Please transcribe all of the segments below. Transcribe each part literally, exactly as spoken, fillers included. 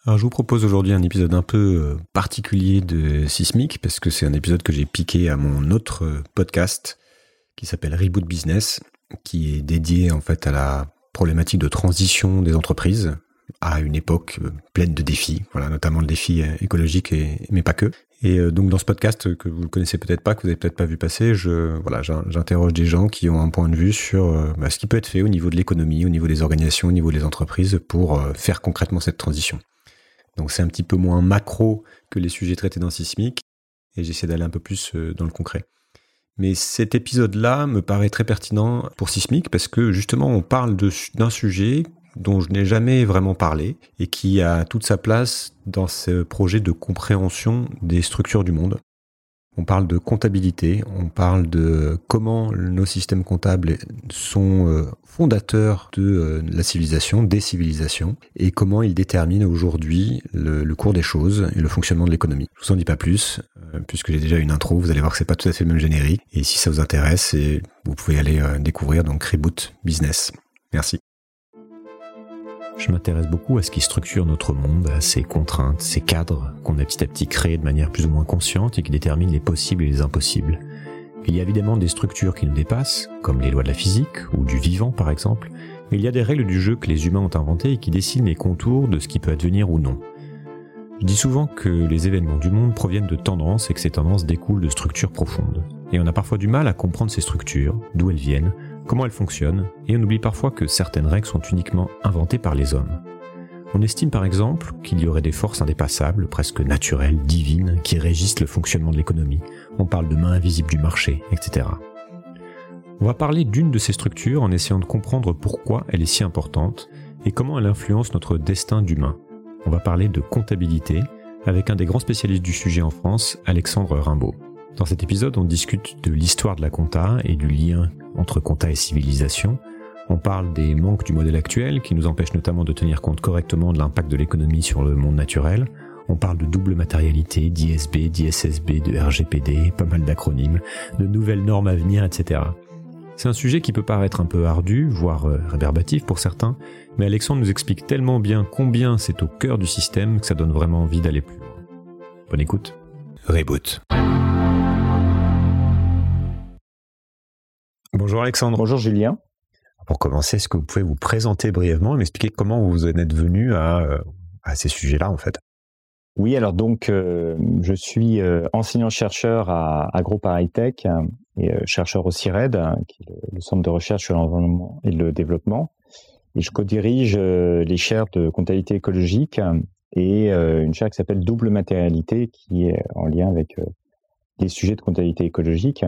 Alors je vous propose aujourd'hui un épisode un peu particulier de Sismic parce que c'est un épisode que j'ai piqué à mon autre podcast qui s'appelle Reboot Business, qui est dédié en fait à la problématique de transition des entreprises à une époque pleine de défis, voilà, notamment le défi écologique et mais pas que. Et donc dans ce podcast que vous ne connaissez peut-être pas, que vous n'avez peut-être pas vu passer, je voilà, j'interroge des gens qui ont un point de vue sur bah, ce qui peut être fait au niveau de l'économie, au niveau des organisations, au niveau des entreprises pour faire concrètement cette transition. Donc c'est un petit peu moins macro que les sujets traités dans Sismic, et j'essaie d'aller un peu plus dans le concret. Mais cet épisode-là me paraît très pertinent pour Sismic parce que justement on parle de, d'un sujet dont je n'ai jamais vraiment parlé et qui a toute sa place dans ce projet de compréhension des structures du monde. On parle de comptabilité, on parle de comment nos systèmes comptables sont fondateurs de la civilisation, des civilisations, et comment ils déterminent aujourd'hui le, le cours des choses et le fonctionnement de l'économie. Je vous en dis pas plus, puisque j'ai déjà une intro, vous allez voir que c'est pas tout à fait le même générique, et si ça vous intéresse, vous pouvez aller découvrir donc Reboot Business. Merci. Je m'intéresse beaucoup à ce qui structure notre monde, à ces contraintes, ces cadres qu'on a petit à petit créés de manière plus ou moins consciente et qui déterminent les possibles et les impossibles. Il y a évidemment des structures qui nous dépassent, comme les lois de la physique ou du vivant par exemple, mais il y a des règles du jeu que les humains ont inventées et qui dessinent les contours de ce qui peut advenir ou non. Je dis souvent que les événements du monde proviennent de tendances et que ces tendances découlent de structures profondes. Et on a parfois du mal à comprendre ces structures, d'où elles viennent, comment elles fonctionnent, et on oublie parfois que certaines règles sont uniquement inventées par les hommes. On estime par exemple qu'il y aurait des forces indépassables, presque naturelles, divines, qui régissent le fonctionnement de l'économie. On parle de main invisible du marché, et cetera. On va parler d'une de ces structures en essayant de comprendre pourquoi elle est si importante et comment elle influence notre destin d'humain. On va parler de comptabilité avec un des grands spécialistes du sujet en France, Alexandre Rimbaud. Dans cet épisode, on discute de l'histoire de la compta et du lien entre compta et civilisation. On parle des manques du modèle actuel qui nous empêchent notamment de tenir compte correctement de l'impact de l'économie sur le monde naturel. On parle de double matérialité, d'I S B, d'I S S B, de R G P D, pas mal d'acronymes, de nouvelles normes à venir, et cetera. C'est un sujet qui peut paraître un peu ardu, voire rébarbatif pour certains, mais Alexandre nous explique tellement bien combien c'est au cœur du système que ça donne vraiment envie d'aller plus loin. Bonne écoute. Reboot. Bonjour Alexandre. Bonjour Julien. Pour commencer, est-ce que vous pouvez vous présenter brièvement et m'expliquer comment vous en êtes venu à, à ces sujets-là en fait? Oui, alors donc euh, je suis euh, enseignant-chercheur à, à Groupe Hightech et euh, chercheur au CIRED, qui est le, le Centre de recherche sur l'environnement et le développement. Et je co-dirige euh, les chaires de comptabilité écologique et euh, une chaire qui s'appelle Double matérialité, qui est en lien avec euh, les sujets de comptabilité écologique.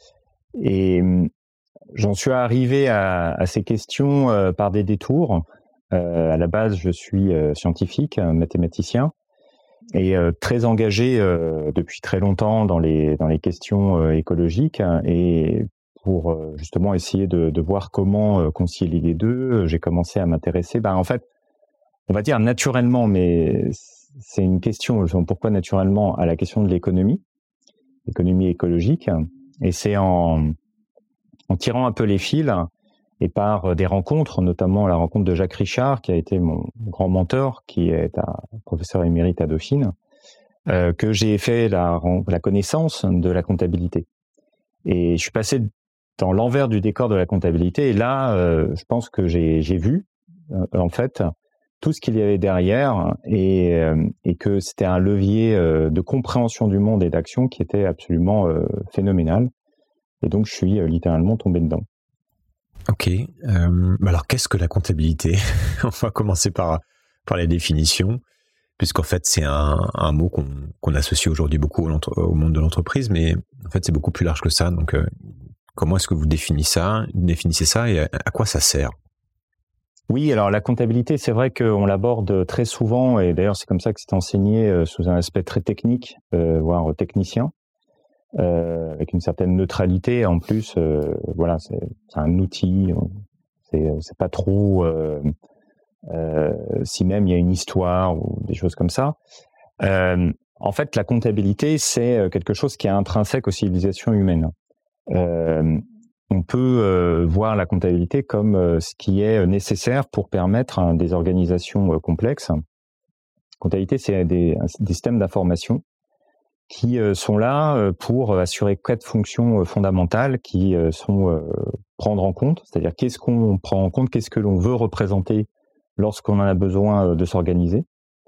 Et j'en suis arrivé à, à ces questions euh, par des détours. Euh, à la base, je suis euh, scientifique, mathématicien, et euh, très engagé euh, depuis très longtemps dans les dans les questions euh, écologiques. Et pour euh, justement essayer de, de voir comment euh, concilier les deux, j'ai commencé à m'intéresser. Ben en fait, on va dire naturellement, mais c'est une question. Pourquoi naturellement à la question de l'économie, l'économie écologique. Et c'est en en tirant un peu les fils et par des rencontres, notamment la rencontre de Jacques Richard, qui a été mon grand mentor, qui est un professeur émérite à Dauphine, euh, que j'ai fait la, la connaissance de la comptabilité. Et je suis passé dans l'envers du décor de la comptabilité, et là, euh, je pense que j'ai, j'ai vu, euh, en fait, tout ce qu'il y avait derrière, et, euh, et que c'était un levier euh, de compréhension du monde et d'action qui était absolument euh, phénoménal. Et donc, je suis euh, littéralement tombé dedans. Ok. Euh, alors, qu'est-ce que la comptabilité? On va commencer par, par la définition, puisqu'en fait, c'est un, un mot qu'on, qu'on associe aujourd'hui beaucoup au, au monde de l'entreprise, mais en fait, c'est beaucoup plus large que ça. Donc, euh, comment est-ce que vous définissez ça, définissez ça et à, à quoi ça sert? Oui, alors la comptabilité, c'est vrai qu'on l'aborde très souvent, et d'ailleurs, c'est comme ça que c'est enseigné euh, sous un aspect très technique, euh, voire technicien. Euh, avec une certaine neutralité en plus. Euh, voilà, c'est, c'est un outil. C'est, c'est pas trop. Euh, euh, si même il y a une histoire ou des choses comme ça. Euh, en fait, la comptabilité, c'est quelque chose qui est intrinsèque aux civilisations humaines. Euh, on peut euh, voir la comptabilité comme euh, ce qui est nécessaire pour permettre hein, des organisations euh, complexes Comptabilité, c'est des, des systèmes d'information qui euh, sont là euh, pour assurer quatre fonctions euh, fondamentales qui euh, sont euh, prendre en compte, c'est-à-dire qu'est-ce qu'on prend en compte, qu'est-ce que l'on veut représenter lorsqu'on en a besoin de s'organiser.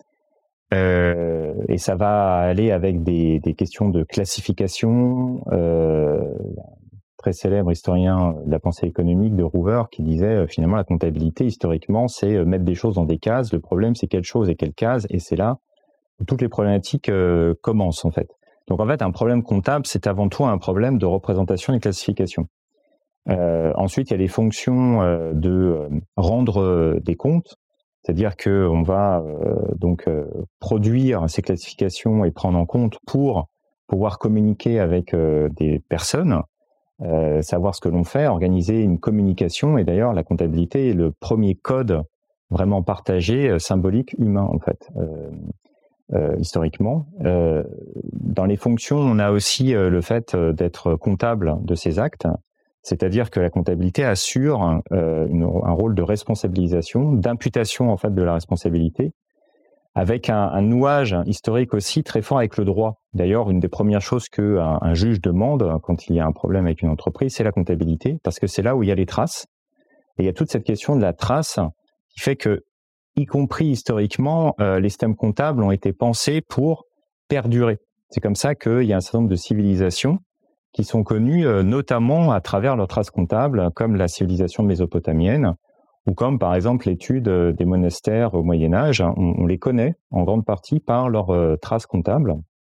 Euh, et ça va aller avec des, des questions de classification. Euh, très célèbre historien de la pensée économique de Hoover qui disait euh, finalement la comptabilité historiquement c'est euh, mettre des choses dans des cases. Le problème c'est quelle chose et quelle case, et c'est là où toutes les problématiques euh, commencent en fait. Donc en fait un problème comptable c'est avant tout un problème de représentation et de classification. Euh, ensuite il y a les fonctions euh, de euh, rendre euh, des comptes. C'est-à-dire qu'on va euh, donc euh, produire ces classifications et prendre en compte pour pouvoir communiquer avec euh, des personnes, euh, savoir ce que l'on fait, organiser une communication. Et d'ailleurs, la comptabilité est le premier code vraiment partagé, euh, symbolique, humain en fait, euh, euh, historiquement. Euh, dans les fonctions, on a aussi euh, le fait d'être comptable de ces actes. C'est-à-dire que la comptabilité assure euh, une, un rôle de responsabilisation, d'imputation en fait de la responsabilité, avec un, un nouage historique aussi très fort avec le droit. D'ailleurs, une des premières choses qu'un un juge demande quand il y a un problème avec une entreprise, c'est la comptabilité, parce que c'est là où il y a les traces. Et il y a toute cette question de la trace qui fait que, y compris historiquement, euh, les systèmes comptables ont été pensés pour perdurer. C'est comme ça qu'il y a un certain nombre de civilisations qui sont connus euh, notamment à travers leurs traces comptables, comme la civilisation mésopotamienne, ou comme par exemple l'étude euh, des monastères au Moyen-Âge. On, on les connaît en grande partie par leurs euh, traces comptables.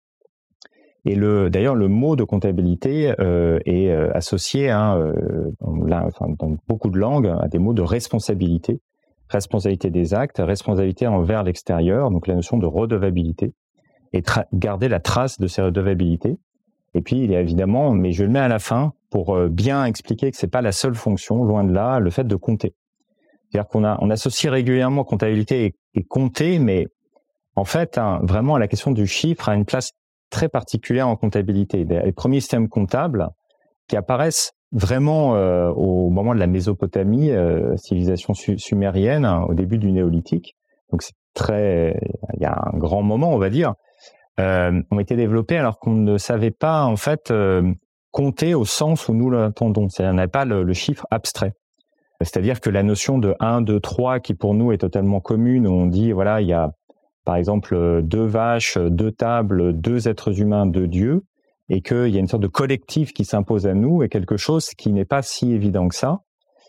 Et le, d'ailleurs, le mot de comptabilité euh, est euh, associé hein, euh, là, enfin, dans beaucoup de langues à des mots de responsabilité, responsabilité des actes, responsabilité envers l'extérieur, donc la notion de redevabilité, et tra- garder la trace de ces redevabilités. Et puis, il y a évidemment, mais je le mets à la fin pour bien expliquer que c'est pas la seule fonction, loin de là, le fait de compter. C'est-à-dire qu'on a, on associe régulièrement comptabilité et, et compter, mais en fait, hein, vraiment, la question du chiffre a une place très particulière en comptabilité. Les premiers systèmes comptables qui apparaissent vraiment euh, au moment de la Mésopotamie, euh, civilisation su- sumérienne, hein, au début du néolithique. Donc, c'est très, il y a un grand moment, on va dire. Euh, ont été développés alors qu'on ne savait pas en fait euh, compter au sens où nous l'entendons. C'est-à-dire on n'avait pas le, le chiffre abstrait. C'est-à-dire que la notion de un, deux, trois qui pour nous est totalement commune, où on dit voilà il y a par exemple deux vaches, deux tables, deux êtres humains, deux dieux, et qu'il y a une sorte de collectif qui s'impose à nous, et quelque chose qui n'est pas si évident que ça.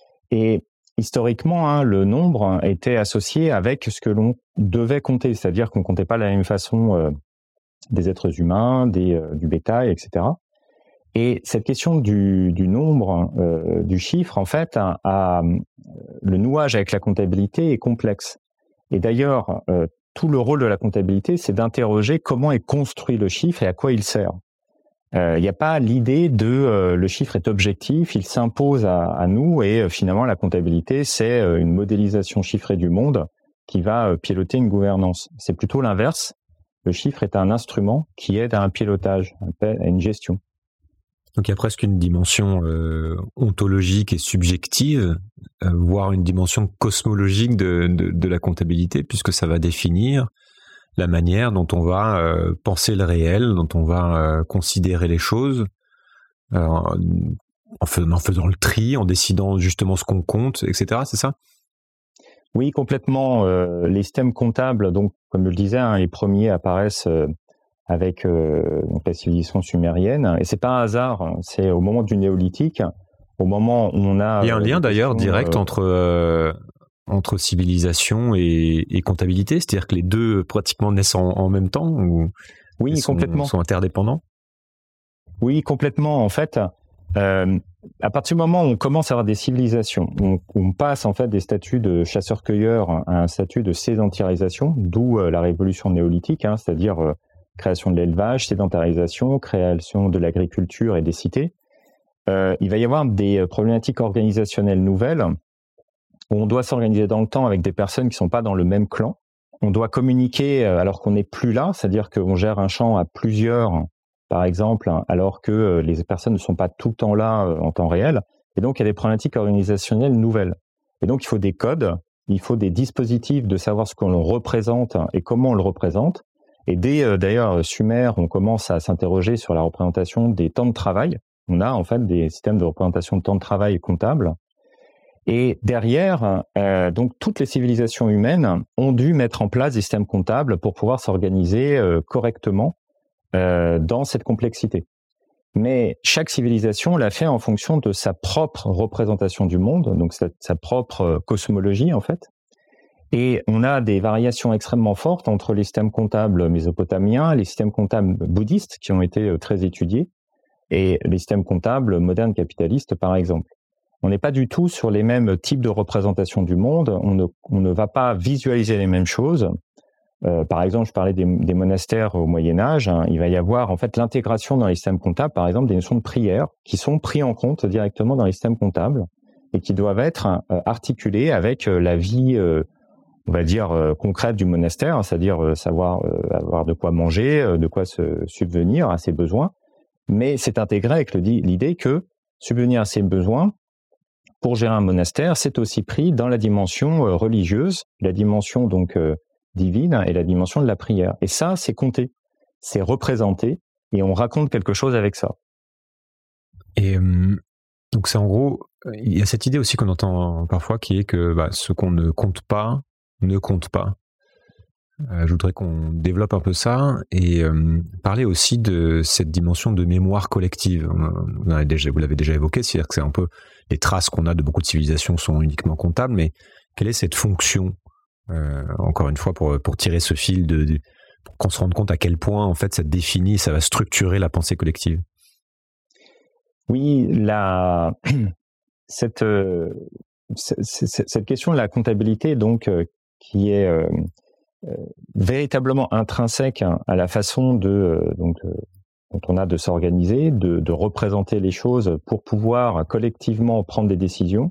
Et historiquement, hein, le nombre était associé avec ce que l'on devait compter, c'est-à-dire qu'on comptait pas de la même façon euh, des êtres humains, des, euh, du bétail, et cetera. Et cette question du, du nombre, euh, du chiffre, en fait, a, a, le nouage avec la comptabilité est complexe. Et d'ailleurs, euh, tout le rôle de la comptabilité, c'est d'interroger comment est construit le chiffre et à quoi il sert. Il euh, n'y a pas l'idée de euh, le chiffre est objectif, il s'impose à, à nous, et euh, finalement, la comptabilité, c'est euh, une modélisation chiffrée du monde qui va euh, piloter une gouvernance. C'est plutôt l'inverse. Le chiffre est un instrument qui aide à un pilotage, à une gestion. Donc il y a presque une dimension euh, ontologique et subjective, euh, voire une dimension cosmologique de, de, de la comptabilité, puisque ça va définir la manière dont on va euh, penser le réel, dont on va euh, considérer les choses, euh, en, fais, en faisant le tri, en décidant justement ce qu'on compte, et cetera. C'est ça ? Oui, complètement. Euh, les systèmes comptables, donc comme je le disais, hein, les premiers apparaissent euh, avec euh, donc la civilisation sumérienne, et c'est pas un hasard. Hein, c'est au moment du néolithique, au moment où on a. Il y a un lien d'ailleurs direct euh, entre euh, entre civilisation et, et comptabilité, c'est-à-dire que les deux pratiquement naissent en, en même temps, ou oui, sont, complètement. sont interdépendants. Oui, complètement. En fait. Euh, à partir du moment où on commence à avoir des civilisations, on, on passe en fait des statuts de chasseurs-cueilleurs à un statut de sédentarisation, d'où euh, la révolution néolithique, hein, c'est-à-dire euh, création de l'élevage, sédentarisation, création de l'agriculture et des cités. Euh, il va y avoir des problématiques organisationnelles nouvelles où on doit s'organiser dans le temps avec des personnes qui ne sont pas dans le même clan. On doit communiquer alors qu'on n'est plus là, c'est-à-dire qu'on gère un champ à plusieurs, par exemple, alors que les personnes ne sont pas tout le temps là en temps réel. Et donc, il y a des problématiques organisationnelles nouvelles. Et donc, il faut des codes il faut des dispositifs de savoir ce qu'on représente et comment on le représente. Et dès euh, d'ailleurs Sumer, on commence à s'interroger sur la représentation des temps de travail. On a en fait des systèmes de représentation de temps de travail comptables. Et derrière, euh, donc toutes les civilisations humaines ont dû mettre en place des systèmes comptables pour pouvoir s'organiser euh, correctement euh, dans cette complexité. Mais chaque civilisation l'a fait en fonction de sa propre représentation du monde, donc sa, sa propre cosmologie en fait. Et on a des variations extrêmement fortes entre les systèmes comptables mésopotamiens, les systèmes comptables bouddhistes qui ont été très étudiés, et les systèmes comptables modernes capitalistes par exemple. On n'est pas du tout sur les mêmes types de représentation du monde, on ne, on ne va pas visualiser les mêmes choses. Euh, par exemple, je parlais des, des monastères au Moyen-Âge, hein, il va y avoir en fait l'intégration dans les systèmes comptables, par exemple, des notions de prière qui sont prises en compte directement dans les systèmes comptables et qui doivent être euh, articulées avec euh, la vie, euh, on va dire, euh, concrète du monastère, hein, c'est-à-dire euh, savoir euh, avoir de quoi manger, euh, de quoi se subvenir à ses besoins, mais c'est intégré avec le, l'idée que subvenir à ses besoins, pour gérer un monastère, c'est aussi pris dans la dimension euh, religieuse, la dimension donc euh, divine et la dimension de la prière. Et ça, c'est compté, c'est représenté, et on raconte quelque chose avec ça. Et euh, donc c'est en gros, il y a cette idée aussi qu'on entend parfois qui est que bah, ce qu'on ne compte pas ne compte pas. Euh, je voudrais qu'on développe un peu ça et euh, parler aussi de cette dimension de mémoire collective. On a déjà, vous l'avez déjà évoqué, c'est-à-dire que c'est un peu les traces qu'on a de beaucoup de civilisations sont uniquement comptables, mais quelle est cette fonction, euh, encore une fois, pour, pour tirer ce fil, de, de, pour qu'on se rende compte à quel point en fait ça définit, ça va structurer la pensée collective. Oui, la, cette, euh, cette, cette question de la comptabilité, donc, euh, qui est euh, Euh, véritablement intrinsèque hein, à la façon de euh, donc euh, dont on a de s'organiser, de, de représenter les choses pour pouvoir collectivement prendre des décisions,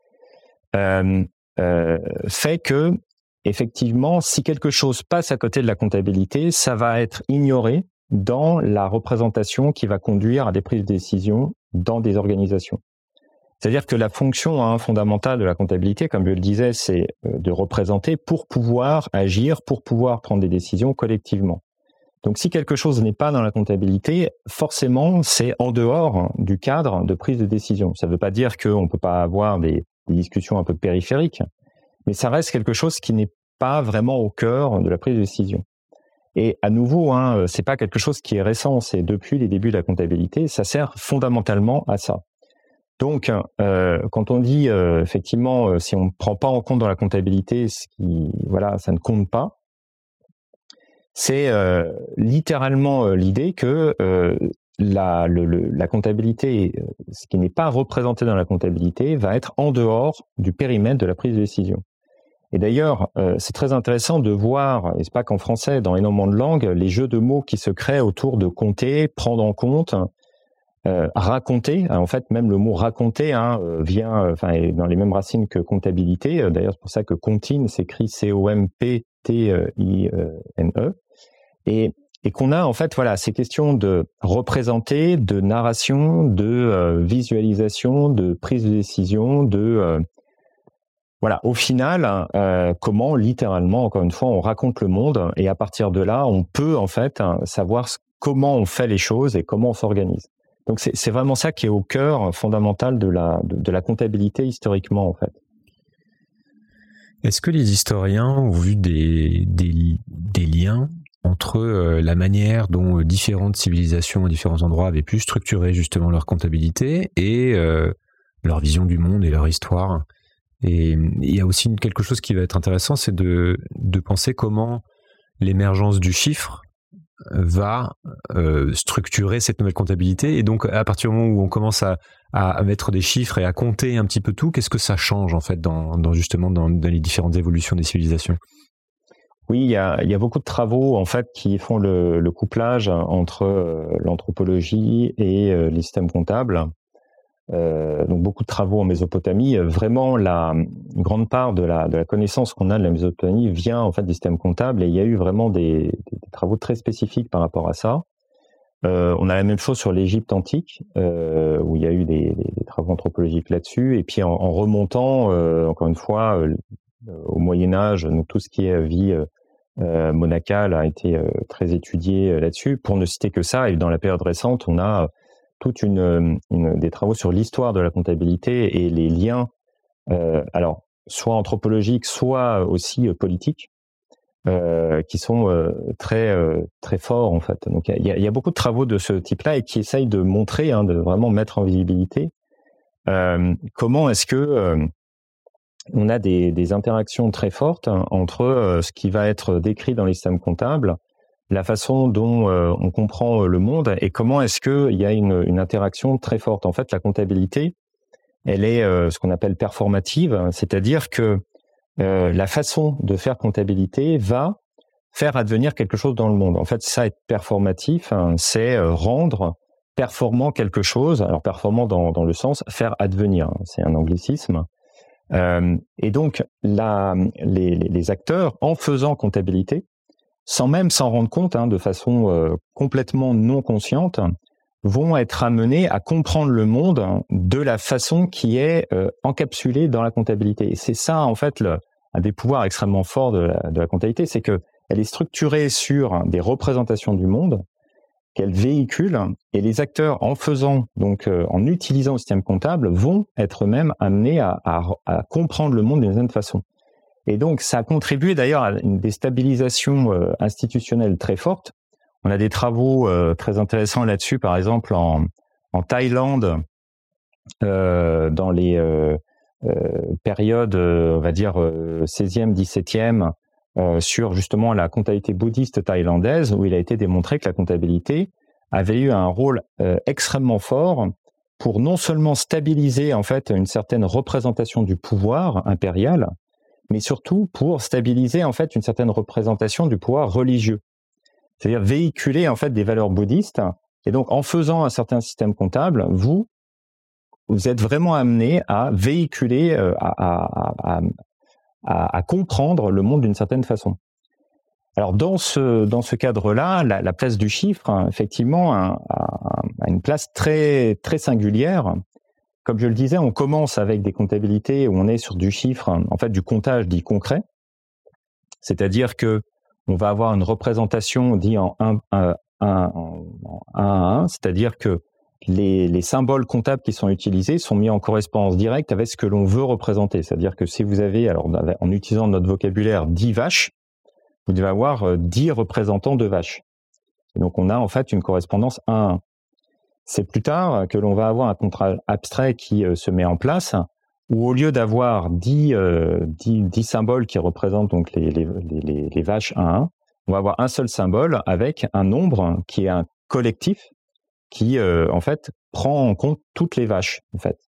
euh, euh, fait que effectivement, si quelque chose passe à côté de la comptabilité, ça va être ignoré dans la représentation qui va conduire à des prises de décision dans des organisations. C'est-à-dire que la fonction hein, fondamentale de la comptabilité, comme je le disais, c'est de représenter pour pouvoir agir, pour pouvoir prendre des décisions collectivement. Donc si quelque chose n'est pas dans la comptabilité, forcément, c'est en dehors du cadre de prise de décision. Ça ne veut pas dire qu'on ne peut pas avoir des, des discussions un peu périphériques, mais ça reste quelque chose qui n'est pas vraiment au cœur de la prise de décision. Et à nouveau, hein, c'est pas quelque chose qui est récent, c'est depuis les débuts de la comptabilité, ça sert fondamentalement à ça. Donc, euh, quand on dit euh, effectivement, euh, si on ne prend pas en compte dans la comptabilité, ce qui, voilà, ça ne compte pas, c'est euh, littéralement euh, l'idée que euh, la, le, le, la comptabilité, ce qui n'est pas représenté dans la comptabilité, va être en dehors du périmètre de la prise de décision. Et d'ailleurs, euh, c'est très intéressant de voir, et c'est pas qu'en français, dans énormément de langues, les jeux de mots qui se créent autour de compter, prendre en compte. Euh, raconter, en fait, même le mot raconter hein, vient, euh, enfin, est dans les mêmes racines que comptabilité. D'ailleurs, c'est pour ça que comptine s'écrit C O M P T I N E. Et, et qu'on a, en fait, voilà, ces questions de représenter, de narration, de euh, visualisation, de prise de décision, de, euh, voilà, au final, euh, comment, littéralement, encore une fois, on raconte le monde. Et à partir de là, on peut, en fait, hein, savoir comment on fait les choses et comment on s'organise. Donc c'est, c'est vraiment ça qui est au cœur fondamental de la, de, de la comptabilité historiquement en fait. Est-ce que les historiens ont vu des, des, des liens entre euh, la manière dont différentes civilisations à différents endroits avaient pu structurer justement leur comptabilité et euh, leur vision du monde et leur histoire? Et il y a aussi quelque chose qui va être intéressant, c'est de, de penser comment l'émergence du chiffre va euh, structurer cette nouvelle comptabilité. Et donc, à partir du moment où on commence à, à mettre des chiffres et à compter un petit peu tout, qu'est-ce que ça change en fait dans, dans justement dans, dans les différentes évolutions des civilisations? Oui, il y a, il y a beaucoup de travaux en fait qui font le, le couplage entre euh, l'anthropologie et euh, les systèmes comptables. Euh, donc beaucoup de travaux en Mésopotamie. Vraiment, la une grande part de la, de la connaissance qu'on a de la Mésopotamie vient en fait des systèmes comptables, et il y a eu vraiment des, des, des travaux très spécifiques par rapport à ça. Euh, on a la même chose sur l'Égypte antique, euh, où il y a eu des, des, des travaux anthropologiques là-dessus. Et puis en, en remontant, euh, encore une fois, euh, au Moyen Âge, donc tout ce qui est vie euh, monacale a été euh, très étudié euh, là-dessus. Pour ne citer que ça, et dans la période récente, on a toute une, une des travaux sur l'histoire de la comptabilité et les liens, euh, alors soit anthropologiques, soit aussi euh, politiques, euh, qui sont euh, très euh, très forts en fait. Donc il y a, y a beaucoup de travaux de ce type-là et qui essayent de montrer, hein, de vraiment mettre en visibilité euh, comment est-ce que euh, on a des, des interactions très fortes entre euh, ce qui va être décrit dans les systèmes comptables, la façon dont euh, on comprend le monde et comment est-ce qu'il y a une, une interaction très forte. En fait, la comptabilité, elle est euh, ce qu'on appelle performative, c'est-à-dire que euh, la façon de faire comptabilité va faire advenir quelque chose dans le monde. En fait, ça, être performatif, hein, c'est euh, rendre performant quelque chose, alors performant dans, dans le sens faire advenir, c'est un anglicisme. Euh, et donc, la, les, les acteurs, en faisant comptabilité, sans même s'en rendre compte, hein, de façon euh, complètement non consciente, vont être amenés à comprendre le monde de la façon qui est euh, encapsulée dans la comptabilité. Et c'est ça, en fait, le, un des pouvoirs extrêmement forts de la, de la comptabilité, c'est que elle est structurée sur des représentations du monde qu'elle véhicule, et les acteurs, en faisant, donc euh, en utilisant le système comptable, vont être eux-mêmes amenés à, à, à comprendre le monde d'une certaine façon. Et donc, ça a contribué d'ailleurs à une déstabilisation euh, institutionnelle très forte. On a des travaux euh, très intéressants là-dessus, par exemple en, en Thaïlande, euh, dans les euh, euh, périodes, euh, on va dire, euh, seizième, dix-septième, Euh, sur justement la comptabilité bouddhiste thaïlandaise, où il a été démontré que la comptabilité avait eu un rôle euh, extrêmement fort pour non seulement stabiliser en fait une certaine représentation du pouvoir impérial, mais surtout pour stabiliser en fait une certaine représentation du pouvoir religieux. C'est-à-dire véhiculer en fait des valeurs bouddhistes. Et donc en faisant un certain système comptable, vous vous êtes vraiment amené à véhiculer, euh, à, à, à, À, à comprendre le monde d'une certaine façon. Alors dans ce dans ce cadre-là, la, la place du chiffre, hein, effectivement, a, a, a une place très très singulière. Comme je le disais, on commence avec des comptabilités où on est sur du chiffre, en fait du comptage dit concret, c'est-à-dire que on va avoir une représentation dit en un à un, c'est-à-dire que Les, les symboles comptables qui sont utilisés sont mis en correspondance directe avec ce que l'on veut représenter. C'est-à-dire que si vous avez, alors en utilisant notre vocabulaire, dix vaches, vous devez avoir dix représentants de vaches. Et donc on a en fait une correspondance un à un. C'est plus tard que l'on va avoir un contrat abstrait qui euh, se met en place, où au lieu d'avoir dix, euh, dix, dix symboles qui représentent donc les, les, les, les vaches un à un, on va avoir un seul symbole avec un nombre qui est un collectif, qui, euh, en fait, prend en compte toutes les vaches, en fait.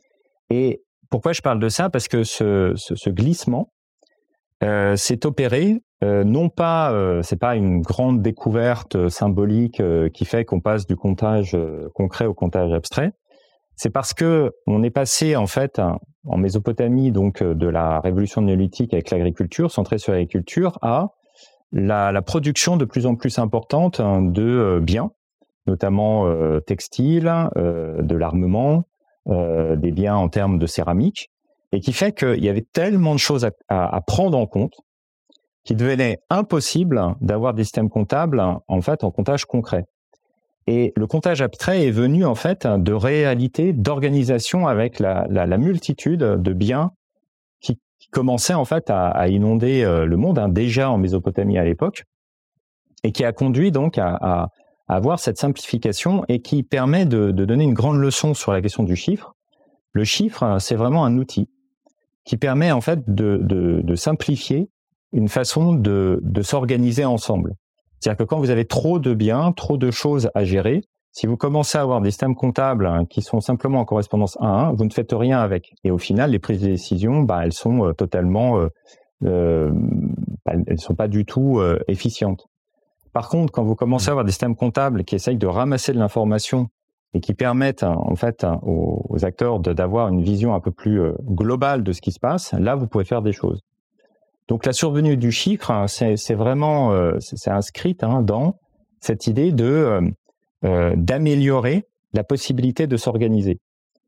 Et pourquoi je parle de ça ? Parce que ce, ce, ce glissement euh, s'est opéré, euh, non pas, euh, c'est pas une grande découverte symbolique euh, qui fait qu'on passe du comptage euh, concret au comptage abstrait. C'est parce que on est passé, en fait, en Mésopotamie, donc de la révolution néolithique avec l'agriculture, centrée sur l'agriculture, à la, la production de plus en plus importante de euh, biens, notamment euh, textiles, euh, de l'armement, euh, des biens en termes de céramique, et qui fait qu'il y avait tellement de choses à, à, à prendre en compte qu'il devenait impossible d'avoir des systèmes comptables en fait en comptage concret. Et le comptage abstrait est venu en fait de réalités d'organisation avec la, la, la multitude de biens qui, qui commençaient en fait à, à inonder le monde, hein, déjà en Mésopotamie à l'époque, et qui a conduit donc à, à avoir cette simplification et qui permet de, de donner une grande leçon sur la question du chiffre. Le chiffre, c'est vraiment un outil qui permet en fait de, de, de simplifier une façon de, de s'organiser ensemble. C'est-à-dire que quand vous avez trop de biens, trop de choses à gérer, si vous commencez à avoir des systèmes comptables hein, qui sont simplement en correspondance un à un, vous ne faites rien avec. Et au final, les prises de décision, bah, elles sont euh, totalement, euh, euh, elles ne sont pas du tout euh, efficientes. Par contre, quand vous commencez à avoir des systèmes comptables qui essayent de ramasser de l'information et qui permettent en fait aux, aux acteurs de, d'avoir une vision un peu plus globale de ce qui se passe, là, vous pouvez faire des choses. Donc, la survenue du chiffre, c'est, c'est vraiment euh, c'est, c'est inscrit hein, dans cette idée de euh, d'améliorer la possibilité de s'organiser.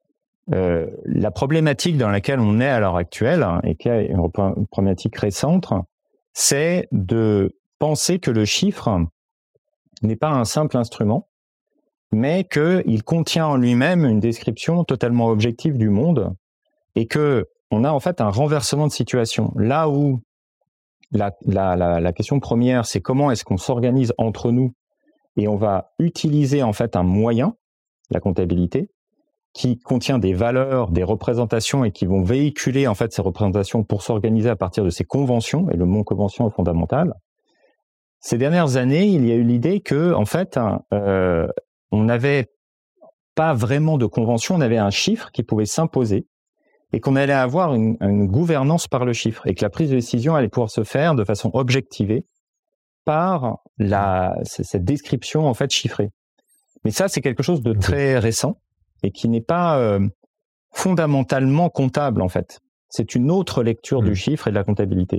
euh, la problématique dans laquelle on est à l'heure actuelle, hein, et qui est une problématique récente, c'est de penser que le chiffre n'est pas un simple instrument, mais qu'il contient en lui-même une description totalement objective du monde, et que on a en fait un renversement de situation. Là où la, la, la, la question première, c'est comment est-ce qu'on s'organise entre nous, et on va utiliser en fait un moyen, la comptabilité, qui contient des valeurs, des représentations, et qui vont véhiculer en fait ces représentations pour s'organiser à partir de ces conventions, et le mot convention est fondamental. Ces dernières années, il y a eu l'idée que en fait, euh, on n'avait pas vraiment de convention, on avait un chiffre qui pouvait s'imposer, et qu'on allait avoir une, une gouvernance par le chiffre, et que la prise de décision allait pouvoir se faire de façon objectivée par la, cette description en fait chiffrée. Mais ça, c'est quelque chose de très récent et qui n'est pas euh, fondamentalement comptable en fait. C'est une autre lecture mmh. du chiffre et de la comptabilité.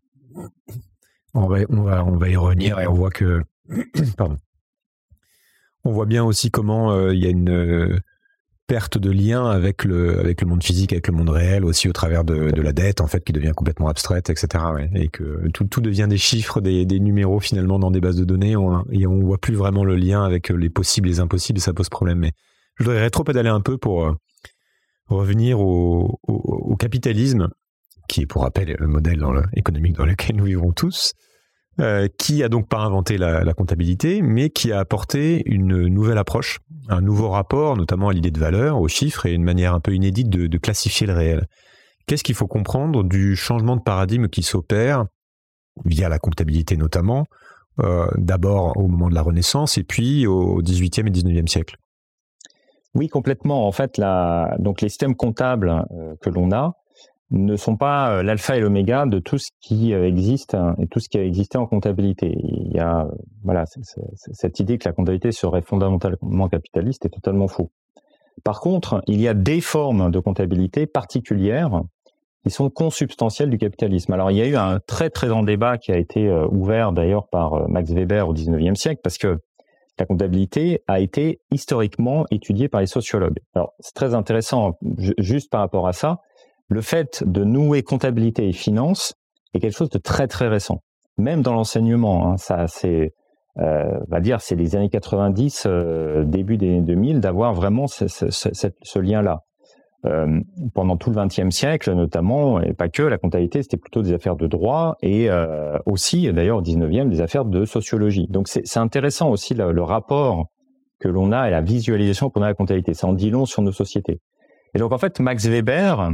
On va, on va, on va y revenir et on voit que, pardon, on voit bien aussi comment euh, il y a une euh, perte de lien avec le, avec le monde physique, avec le monde réel, aussi au travers de, de la dette, en fait, qui devient complètement abstraite, et cetera. Ouais. Et que tout, tout devient des chiffres, des, des numéros finalement dans des bases de données, on, et on voit plus vraiment le lien avec les possibles et les impossibles, et ça pose problème. Mais je voudrais rétro-pédaler un peu pour euh, revenir au, au, au capitalisme, qui est pour rappel le modèle dans le, économique dans lequel nous vivons tous, euh, qui a donc pas inventé la, la comptabilité, mais qui a apporté une nouvelle approche, un nouveau rapport, notamment à l'idée de valeur, aux chiffres, et une manière un peu inédite de, de classifier le réel. Qu'est-ce qu'il faut comprendre du changement de paradigme qui s'opère, via la comptabilité notamment, euh, d'abord au moment de la Renaissance, et puis au dix-huitième et dix-neuvième siècle? Oui, complètement. En fait, la, donc les systèmes comptables euh, que l'on a, ne sont pas l'alpha et l'oméga de tout ce qui existe et tout ce qui a existé en comptabilité. Il y a voilà c'est, c'est, cette idée que la comptabilité serait fondamentalement capitaliste est totalement faux. Par contre, il y a des formes de comptabilité particulières qui sont consubstantielles du capitalisme. Alors, il y a eu un très très grand débat qui a été ouvert d'ailleurs par Max Weber au dix-neuvième siècle, parce que la comptabilité a été historiquement étudiée par les sociologues. Alors, c'est très intéressant, juste par rapport à ça. Le fait de nouer comptabilité et finance est quelque chose de très très récent. Même dans l'enseignement, hein, ça c'est, euh, on va dire, c'est les années quatre-vingt-dix, euh, début des deux mille, d'avoir vraiment ce, ce, ce, ce lien-là. Euh, pendant tout le vingtième siècle, notamment, et pas que, la comptabilité c'était plutôt des affaires de droit et euh, aussi, d'ailleurs, au dix-neuvième, des affaires de sociologie. Donc c'est, c'est intéressant aussi le, le rapport que l'on a et la visualisation qu'on a à la comptabilité. Ça en dit long sur nos sociétés. Et donc en fait, Max Weber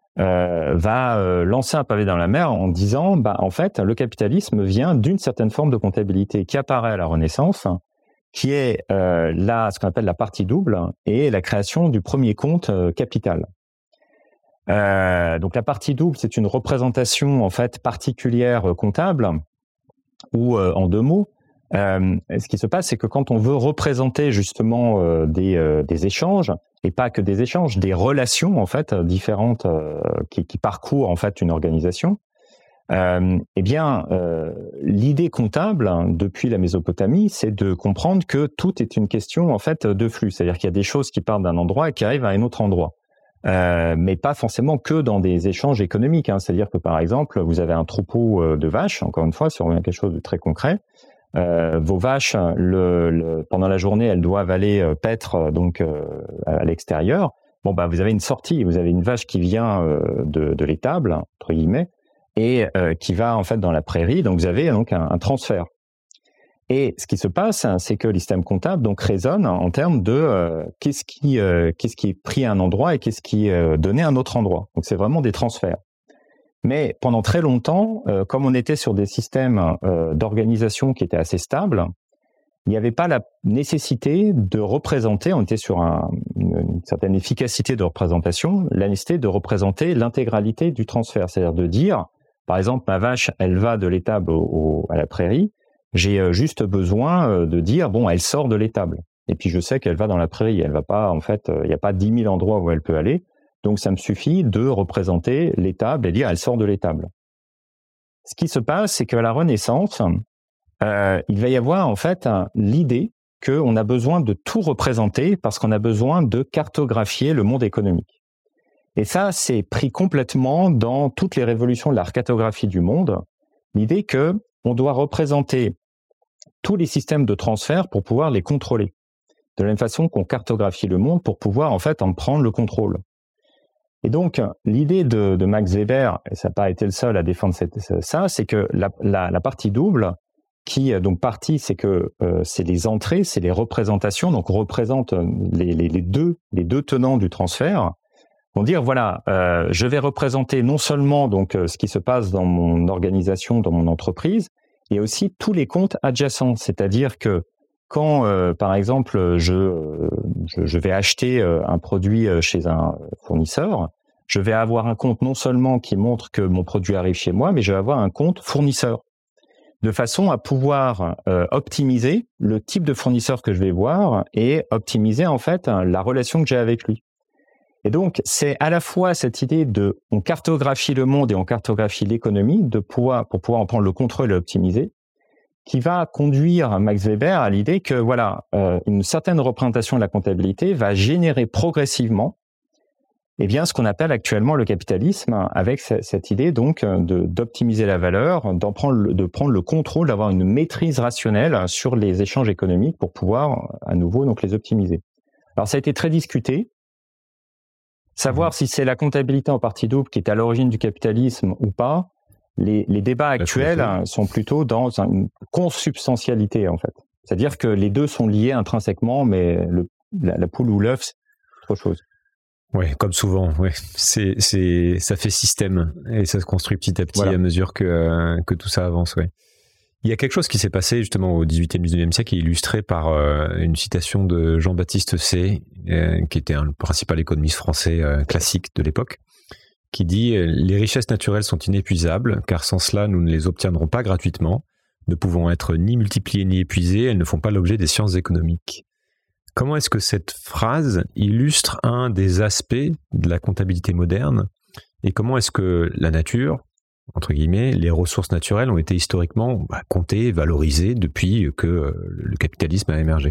Euh, va euh, lancer un pavé dans la mer en disant, bah, en fait, le capitalisme vient d'une certaine forme de comptabilité qui apparaît à la Renaissance, qui est euh, là, ce qu'on appelle la partie double, et la création du premier compte euh, capital. Euh, donc la partie double, c'est une représentation en fait particulière euh, comptable, où euh, en deux mots, euh, ce qui se passe, c'est que quand on veut représenter justement euh, des, euh, des échanges, et pas que des échanges, des relations en fait différentes euh, qui, qui parcourent en fait une organisation, euh, eh bien euh, l'idée comptable hein, depuis la Mésopotamie, c'est de comprendre que tout est une question en fait de flux, c'est-à-dire qu'il y a des choses qui partent d'un endroit et qui arrivent à un autre endroit, euh, mais pas forcément que dans des échanges économiques. Hein, c'est-à-dire que par exemple, vous avez un troupeau de vaches, encore une fois, si on revient à quelque chose de très concret. Euh, vos vaches, le, le, pendant la journée, elles doivent aller euh, paître donc euh, à l'extérieur. Bon, bah, vous avez une sortie, vous avez une vache qui vient euh, de, de l'étable, entre guillemets, et euh, qui va en fait dans la prairie. Donc, vous avez donc un, un transfert. Et ce qui se passe, hein, c'est que les systèmes comptables donc raisonnent en termes de euh, qu'est-ce qui, euh, qu'est-ce qui est pris à un endroit et qu'est-ce qui est euh, donné à un autre endroit. Donc, c'est vraiment des transferts. Mais pendant très longtemps, euh, comme on était sur des systèmes euh, d'organisation qui étaient assez stables, il n'y avait pas la nécessité de représenter, on était sur un, une, une certaine efficacité de représentation, la nécessité de représenter l'intégralité du transfert. C'est-à-dire de dire, par exemple, ma vache, elle va de l'étable au, au, à la prairie, j'ai euh, juste besoin euh, de dire, bon, elle sort de l'étable. Et puis je sais qu'elle va dans la prairie, elle va pas, en fait, il euh, n'y a pas dix mille endroits où elle peut aller. Donc, ça me suffit de représenter l'étable et dire « elle sort de l'étable ». Ce qui se passe, c'est qu'à la Renaissance, euh, il va y avoir en fait un, l'idée qu'on a besoin de tout représenter parce qu'on a besoin de cartographier le monde économique. Et ça, c'est pris complètement dans toutes les révolutions de la cartographie du monde, l'idée que on doit représenter tous les systèmes de transfert pour pouvoir les contrôler. De la même façon qu'on cartographie le monde pour pouvoir en fait en prendre le contrôle. Et donc, l'idée de, de Max Weber, et ça n'a pas été le seul à défendre cette, ça, c'est que la, la, la partie double, qui, donc partie, c'est que euh, c'est les entrées, c'est les représentations, donc on représente les, les, les, deux, les deux tenants du transfert, vont dire, voilà, euh, je vais représenter non seulement donc ce qui se passe dans mon organisation, dans mon entreprise, et aussi tous les comptes adjacents, c'est-à-dire que quand, euh, par exemple, je, je, je vais acheter un produit chez un fournisseur, je vais avoir un compte non seulement qui montre que mon produit arrive chez moi, mais je vais avoir un compte fournisseur, de façon à pouvoir euh, optimiser le type de fournisseur que je vais voir et optimiser en fait la relation que j'ai avec lui. Et donc, c'est à la fois cette idée de on cartographie le monde et on cartographie l'économie de pouvoir, pour pouvoir en prendre le contrôle et l'optimiser, qui va conduire Max Weber à l'idée que voilà, euh, une certaine représentation de la comptabilité va générer progressivement eh bien, ce qu'on appelle actuellement le capitalisme, avec cette idée donc de, d'optimiser la valeur, d'en prendre, de prendre le contrôle, d'avoir une maîtrise rationnelle sur les échanges économiques pour pouvoir à nouveau donc les optimiser. Alors ça a été très discuté. Savoir mmh. si c'est la comptabilité en partie double qui est à l'origine du capitalisme ou pas, les, les débats actuels sont plutôt dans une consubstantialité en fait. C'est-à-dire que les deux sont liés intrinsèquement, mais le, la, la poule ou l'œuf, c'est autre chose. Ouais, comme souvent, ouais. C'est, c'est, ça fait système et ça se construit petit à petit voilà. à mesure que, euh, que tout ça avance, ouais. Il y a quelque chose qui s'est passé justement au dix-huitième, dix-neuvième siècle qui est illustré par euh, une citation de Jean-Baptiste Say, euh, qui était un principal économiste français euh, classique de l'époque, qui dit « Les richesses naturelles sont inépuisables, car sans cela, nous ne les obtiendrons pas gratuitement, ne pouvant être ni multipliées ni épuisées, elles ne font pas l'objet des sciences économiques. » Comment est-ce que cette phrase illustre un des aspects de la comptabilité moderne et comment est-ce que la nature, entre guillemets, les ressources naturelles ont été historiquement bah, comptées, valorisées depuis que euh, le capitalisme a émergé?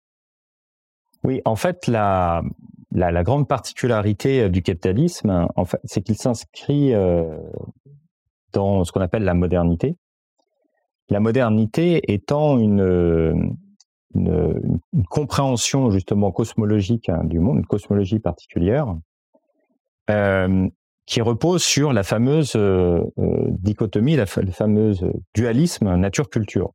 Oui, en fait, la, la, la grande particularité du capitalisme, en fait, c'est qu'il s'inscrit euh, dans ce qu'on appelle la modernité. La modernité étant une... Une, une compréhension justement cosmologique hein, du monde, une cosmologie particulière, euh, qui repose sur la fameuse euh, dichotomie, la, le fameux dualisme nature-culture,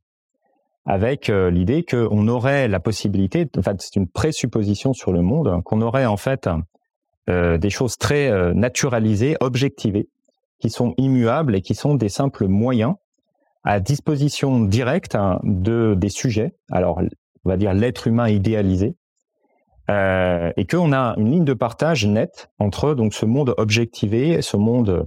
avec euh, l'idée qu'on aurait la possibilité, en fait c'est une présupposition sur le monde, qu'on aurait en fait euh, des choses très euh, naturalisées, objectivées, qui sont immuables et qui sont des simples moyens à disposition directe hein, de des sujets. Alors on va dire l'être humain idéalisé, euh, et qu'on a une ligne de partage nette entre donc ce monde objectivé, ce monde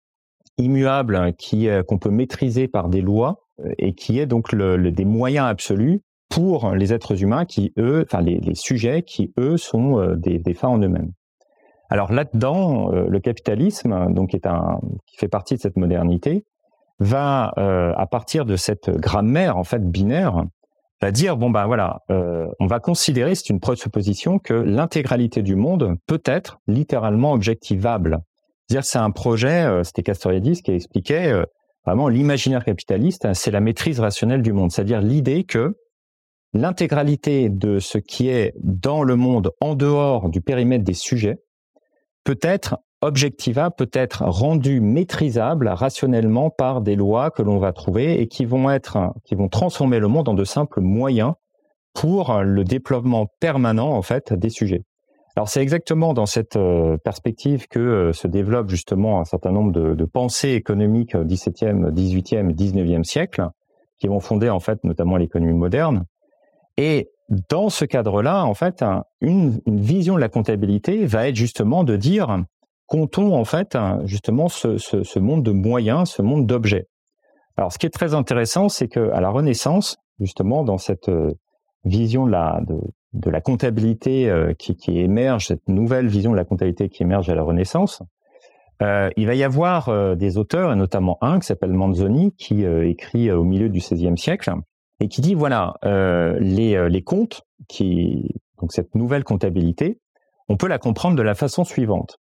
immuable qui qu'on peut maîtriser par des lois et qui est donc le, le, des moyens absolus pour les êtres humains qui eux, enfin les, les sujets qui eux sont euh, des, des fins en eux-mêmes. Alors là-dedans, euh, le capitalisme, donc est un qui fait partie de cette modernité, va euh, à partir de cette grammaire en fait binaire va dire bon ben voilà, euh, on va considérer, c'est une présupposition que l'intégralité du monde peut être littéralement objectivable. C'est-à-dire c'est un projet, euh, c'était Castoriadis qui expliquait euh, vraiment l'imaginaire capitaliste, c'est la maîtrise rationnelle du monde, c'est-à-dire l'idée que l'intégralité de ce qui est dans le monde en dehors du périmètre des sujets peut être objectivable, peut être rendu maîtrisable rationnellement par des lois que l'on va trouver et qui vont être, qui vont transformer le monde en de simples moyens pour le déploiement permanent en fait des sujets. Alors c'est exactement dans cette perspective que se développe justement un certain nombre de, de pensées économiques dix-septième, dix-huitième et dix-neuvième siècle qui vont fonder en fait notamment l'économie moderne. Et dans ce cadre-là, en fait, une, une vision de la comptabilité va être justement de dire comptons en fait justement ce, ce, ce monde de moyens, ce monde d'objets. Alors, ce qui est très intéressant, c'est que à la Renaissance, justement, dans cette vision de la, de, de la comptabilité qui, qui émerge, cette nouvelle vision de la comptabilité qui émerge à la Renaissance, euh, il va y avoir euh, des auteurs, et notamment un qui s'appelle Manzoni, qui euh, écrit au milieu du seizième siècle, et qui dit voilà, euh, les, les comptes, qui, donc cette nouvelle comptabilité, on peut la comprendre de la façon suivante.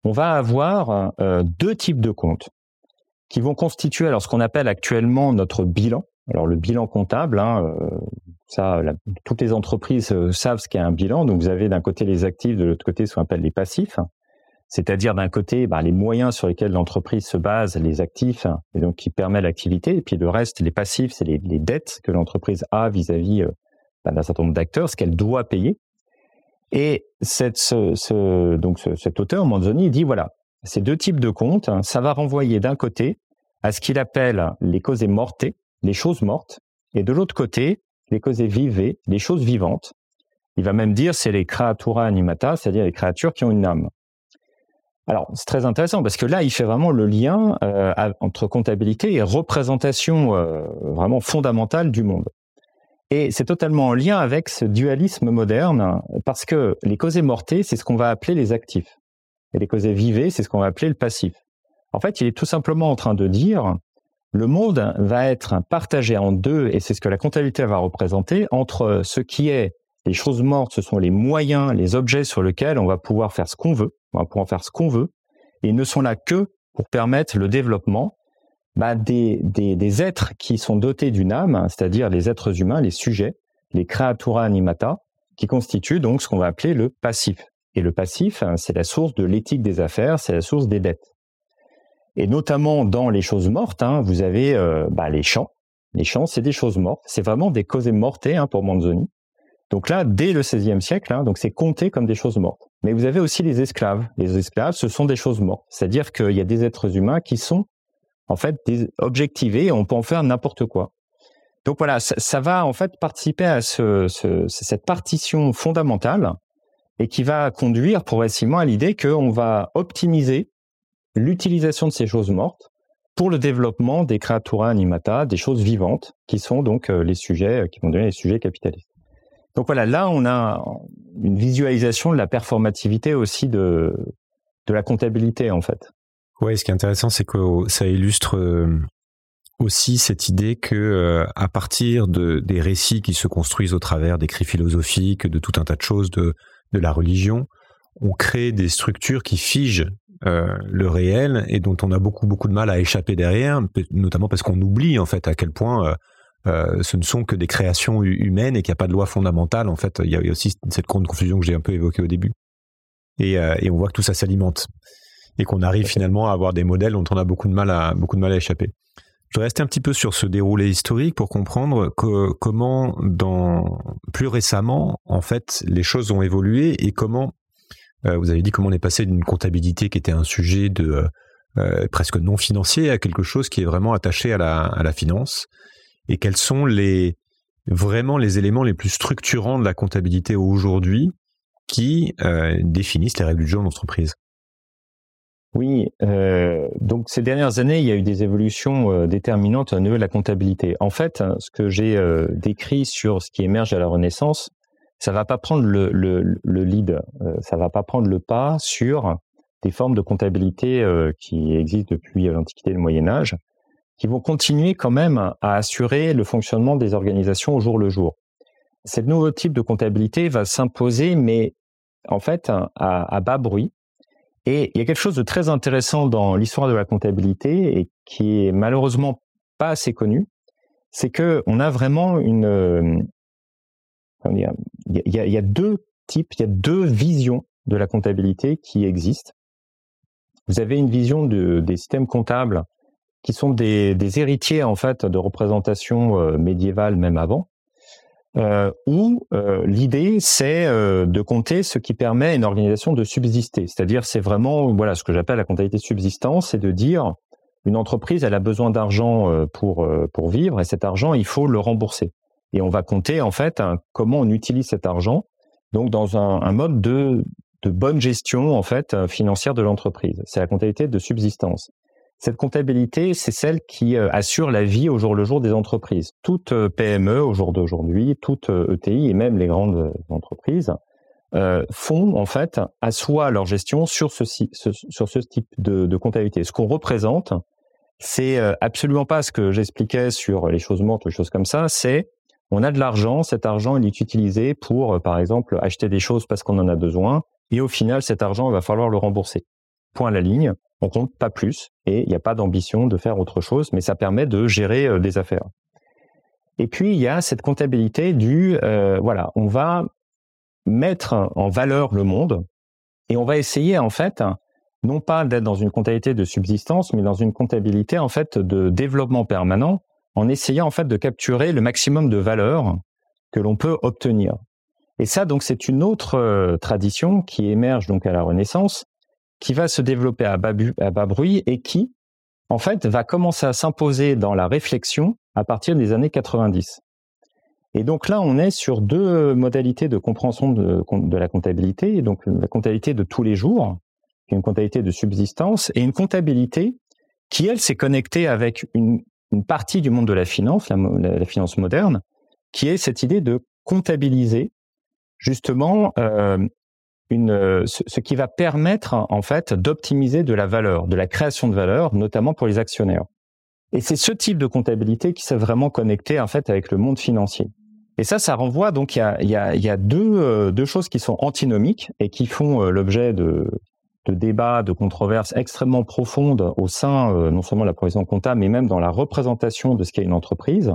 on va avoir euh, deux types de comptes qui vont constituer alors ce qu'on appelle actuellement notre bilan. Alors le bilan comptable, hein, euh, ça, la, toutes les entreprises euh, savent ce qu'est un bilan. Donc vous avez d'un côté les actifs, de l'autre côté ce qu'on appelle les passifs. C'est-à-dire d'un côté bah, les moyens sur lesquels l'entreprise se base, les actifs, et donc qui permettent l'activité, et puis le reste, les passifs, c'est les, les dettes que l'entreprise a vis-à-vis euh, bah, d'un certain nombre d'acteurs, ce qu'elle doit payer. Et cette, ce, ce, donc ce, cet auteur, Manzoni, dit voilà, ces deux types de comptes, hein, ça va renvoyer d'un côté à ce qu'il appelle les causes morte, les choses mortes, et de l'autre côté, les causes vive, les choses vivantes. Il va même dire c'est les creatura animata, c'est-à-dire les créatures qui ont une âme. Alors, c'est très intéressant parce que là, il fait vraiment le lien euh, entre comptabilité et représentation euh, vraiment fondamentale du monde. Et c'est totalement en lien avec ce dualisme moderne parce que les causés morte, c'est ce qu'on va appeler les actifs. Et les causés vive, c'est ce qu'on va appeler le passif. En fait, il est tout simplement en train de dire le monde va être partagé en deux, et c'est ce que la comptabilité va représenter, entre ce qui est les choses mortes, ce sont les moyens, les objets sur lesquels on va pouvoir faire ce qu'on veut, on va pouvoir faire ce qu'on veut, et ils ne sont là que pour permettre le développement bah, des, des, des êtres qui sont dotés d'une âme, c'est-à-dire les êtres humains, les sujets, les creatura animata, qui constituent donc ce qu'on va appeler le passif. Et le passif, c'est la source de l'éthique des affaires, c'est la source des dettes. Et notamment dans les choses mortes, hein, vous avez euh, bah, les champs. Les champs, c'est des choses mortes. C'est vraiment des causes morte hein, pour Manzoni. Donc là, dès le seizième siècle, hein, donc c'est compté comme des choses mortes. Mais vous avez aussi les esclaves. Les esclaves, ce sont des choses mortes. C'est-à-dire qu'il y a des êtres humains qui sont en fait des objectivés et on peut en faire n'importe quoi. Donc voilà, ça, ça va en fait participer à ce, ce, cette partition fondamentale et qui va conduire progressivement à l'idée qu'on va optimiser l'utilisation de ces choses mortes pour le développement des creatura animata, des choses vivantes, qui sont donc les sujets, qui vont devenir les sujets capitalistes. Donc voilà, là on a une visualisation de la performativité aussi de, de la comptabilité en fait. Oui, ce qui est intéressant, c'est que ça illustre aussi cette idée que à partir de, des récits qui se construisent au travers d'écrits philosophiques, de tout un tas de choses, de, de la religion, on crée des structures qui figent Euh, le réel et dont on a beaucoup beaucoup de mal à échapper derrière, notamment parce qu'on oublie en fait à quel point euh, euh, ce ne sont que des créations humaines et qu'il n'y a pas de loi fondamentale. En fait, il y a aussi cette grande confusion que j'ai un peu évoquée au début. Et, euh, et on voit que tout ça s'alimente et qu'on arrive finalement à avoir des modèles dont on a beaucoup de mal à beaucoup de mal à échapper. Je vais rester un petit peu sur ce déroulé historique pour comprendre que, comment, dans plus récemment, en fait, les choses ont évolué et comment. Euh, vous avez dit comment on est passé d'une comptabilité qui était un sujet de euh, presque non financier à quelque chose qui est vraiment attaché à la, à la finance. Et quels sont les, vraiment les éléments les plus structurants de la comptabilité aujourd'hui qui euh, définissent les règles du jeu en entreprise? Oui, euh, donc ces dernières années, il y a eu des évolutions euh, déterminantes au niveau de la comptabilité. En fait, ce que j'ai euh, décrit sur ce qui émerge à la Renaissance, ça va pas prendre le, le, le lead, euh, ça va pas prendre le pas sur des formes de comptabilité euh, qui existent depuis l'Antiquité et le Moyen-Âge, qui vont continuer quand même à assurer le fonctionnement des organisations au jour le jour. Ce nouveau type de comptabilité va s'imposer, mais en fait à, à bas bruit. Et il y a quelque chose de très intéressant dans l'histoire de la comptabilité et qui est malheureusement pas assez connu, c'est que on a vraiment une Il y, a, il, y a, il y a deux types, il y a deux visions de la comptabilité qui existent. Vous avez une vision de, des systèmes comptables qui sont des, des héritiers en fait de représentations euh, médiévales même avant, euh, où euh, l'idée c'est euh, de compter ce qui permet à une organisation de subsister. C'est-à-dire c'est vraiment voilà ce que j'appelle la comptabilité de subsistance, c'est de dire une entreprise elle a besoin d'argent euh, pour euh, pour vivre et cet argent il faut le rembourser. Et on va compter en fait hein, comment on utilise cet argent, donc dans un, un mode de, de bonne gestion en fait financière de l'entreprise. C'est la comptabilité de subsistance. Cette comptabilité, c'est celle qui euh, assure la vie au jour le jour des entreprises. Toute euh, P M E au jour d'aujourd'hui, toute euh, E T I et même les grandes entreprises euh, font en fait assoient leur gestion sur ce, ce, sur ce type de, de comptabilité. Ce qu'on représente, c'est euh, absolument pas ce que j'expliquais sur les choses mortes ou les choses comme ça. C'est on a de l'argent, cet argent il est utilisé pour, par exemple, acheter des choses parce qu'on en a besoin, et au final, cet argent, il va falloir le rembourser. point à la ligne, on compte pas plus et il n'y a pas d'ambition de faire autre chose, mais ça permet de gérer euh, des affaires. Et puis, il y a cette comptabilité du, euh, voilà, on va mettre en valeur le monde et on va essayer, en fait, non pas d'être dans une comptabilité de subsistance, mais dans une comptabilité, en fait, de développement permanent, en essayant, en fait, de capturer le maximum de valeur que l'on peut obtenir. Et ça, donc, c'est une autre euh, tradition qui émerge, donc, à la Renaissance, qui va se développer à bas, bu- à bas bruit et qui, en fait, va commencer à s'imposer dans la réflexion à partir des années quatre-vingt-dix. Et donc là, on est sur deux modalités de compréhension de, de la comptabilité. Donc la comptabilité de tous les jours, qui est une comptabilité de subsistance, et une comptabilité qui, elle, s'est connectée avec une, une partie du monde de la finance, la, la, la finance moderne, qui est cette idée de comptabiliser justement euh, une, ce, ce qui va permettre en fait d'optimiser de la valeur, de la création de valeur, notamment pour les actionnaires. Et c'est ce type de comptabilité qui s'est vraiment connecté en fait avec le monde financier. Et ça, ça renvoie donc il y a, il y a, il y a deux, euh, deux choses qui sont antinomiques et qui font euh, l'objet de, de débats, de controverses extrêmement profondes au sein euh, non seulement de la profession comptable, mais même dans la représentation de ce qu'est une entreprise,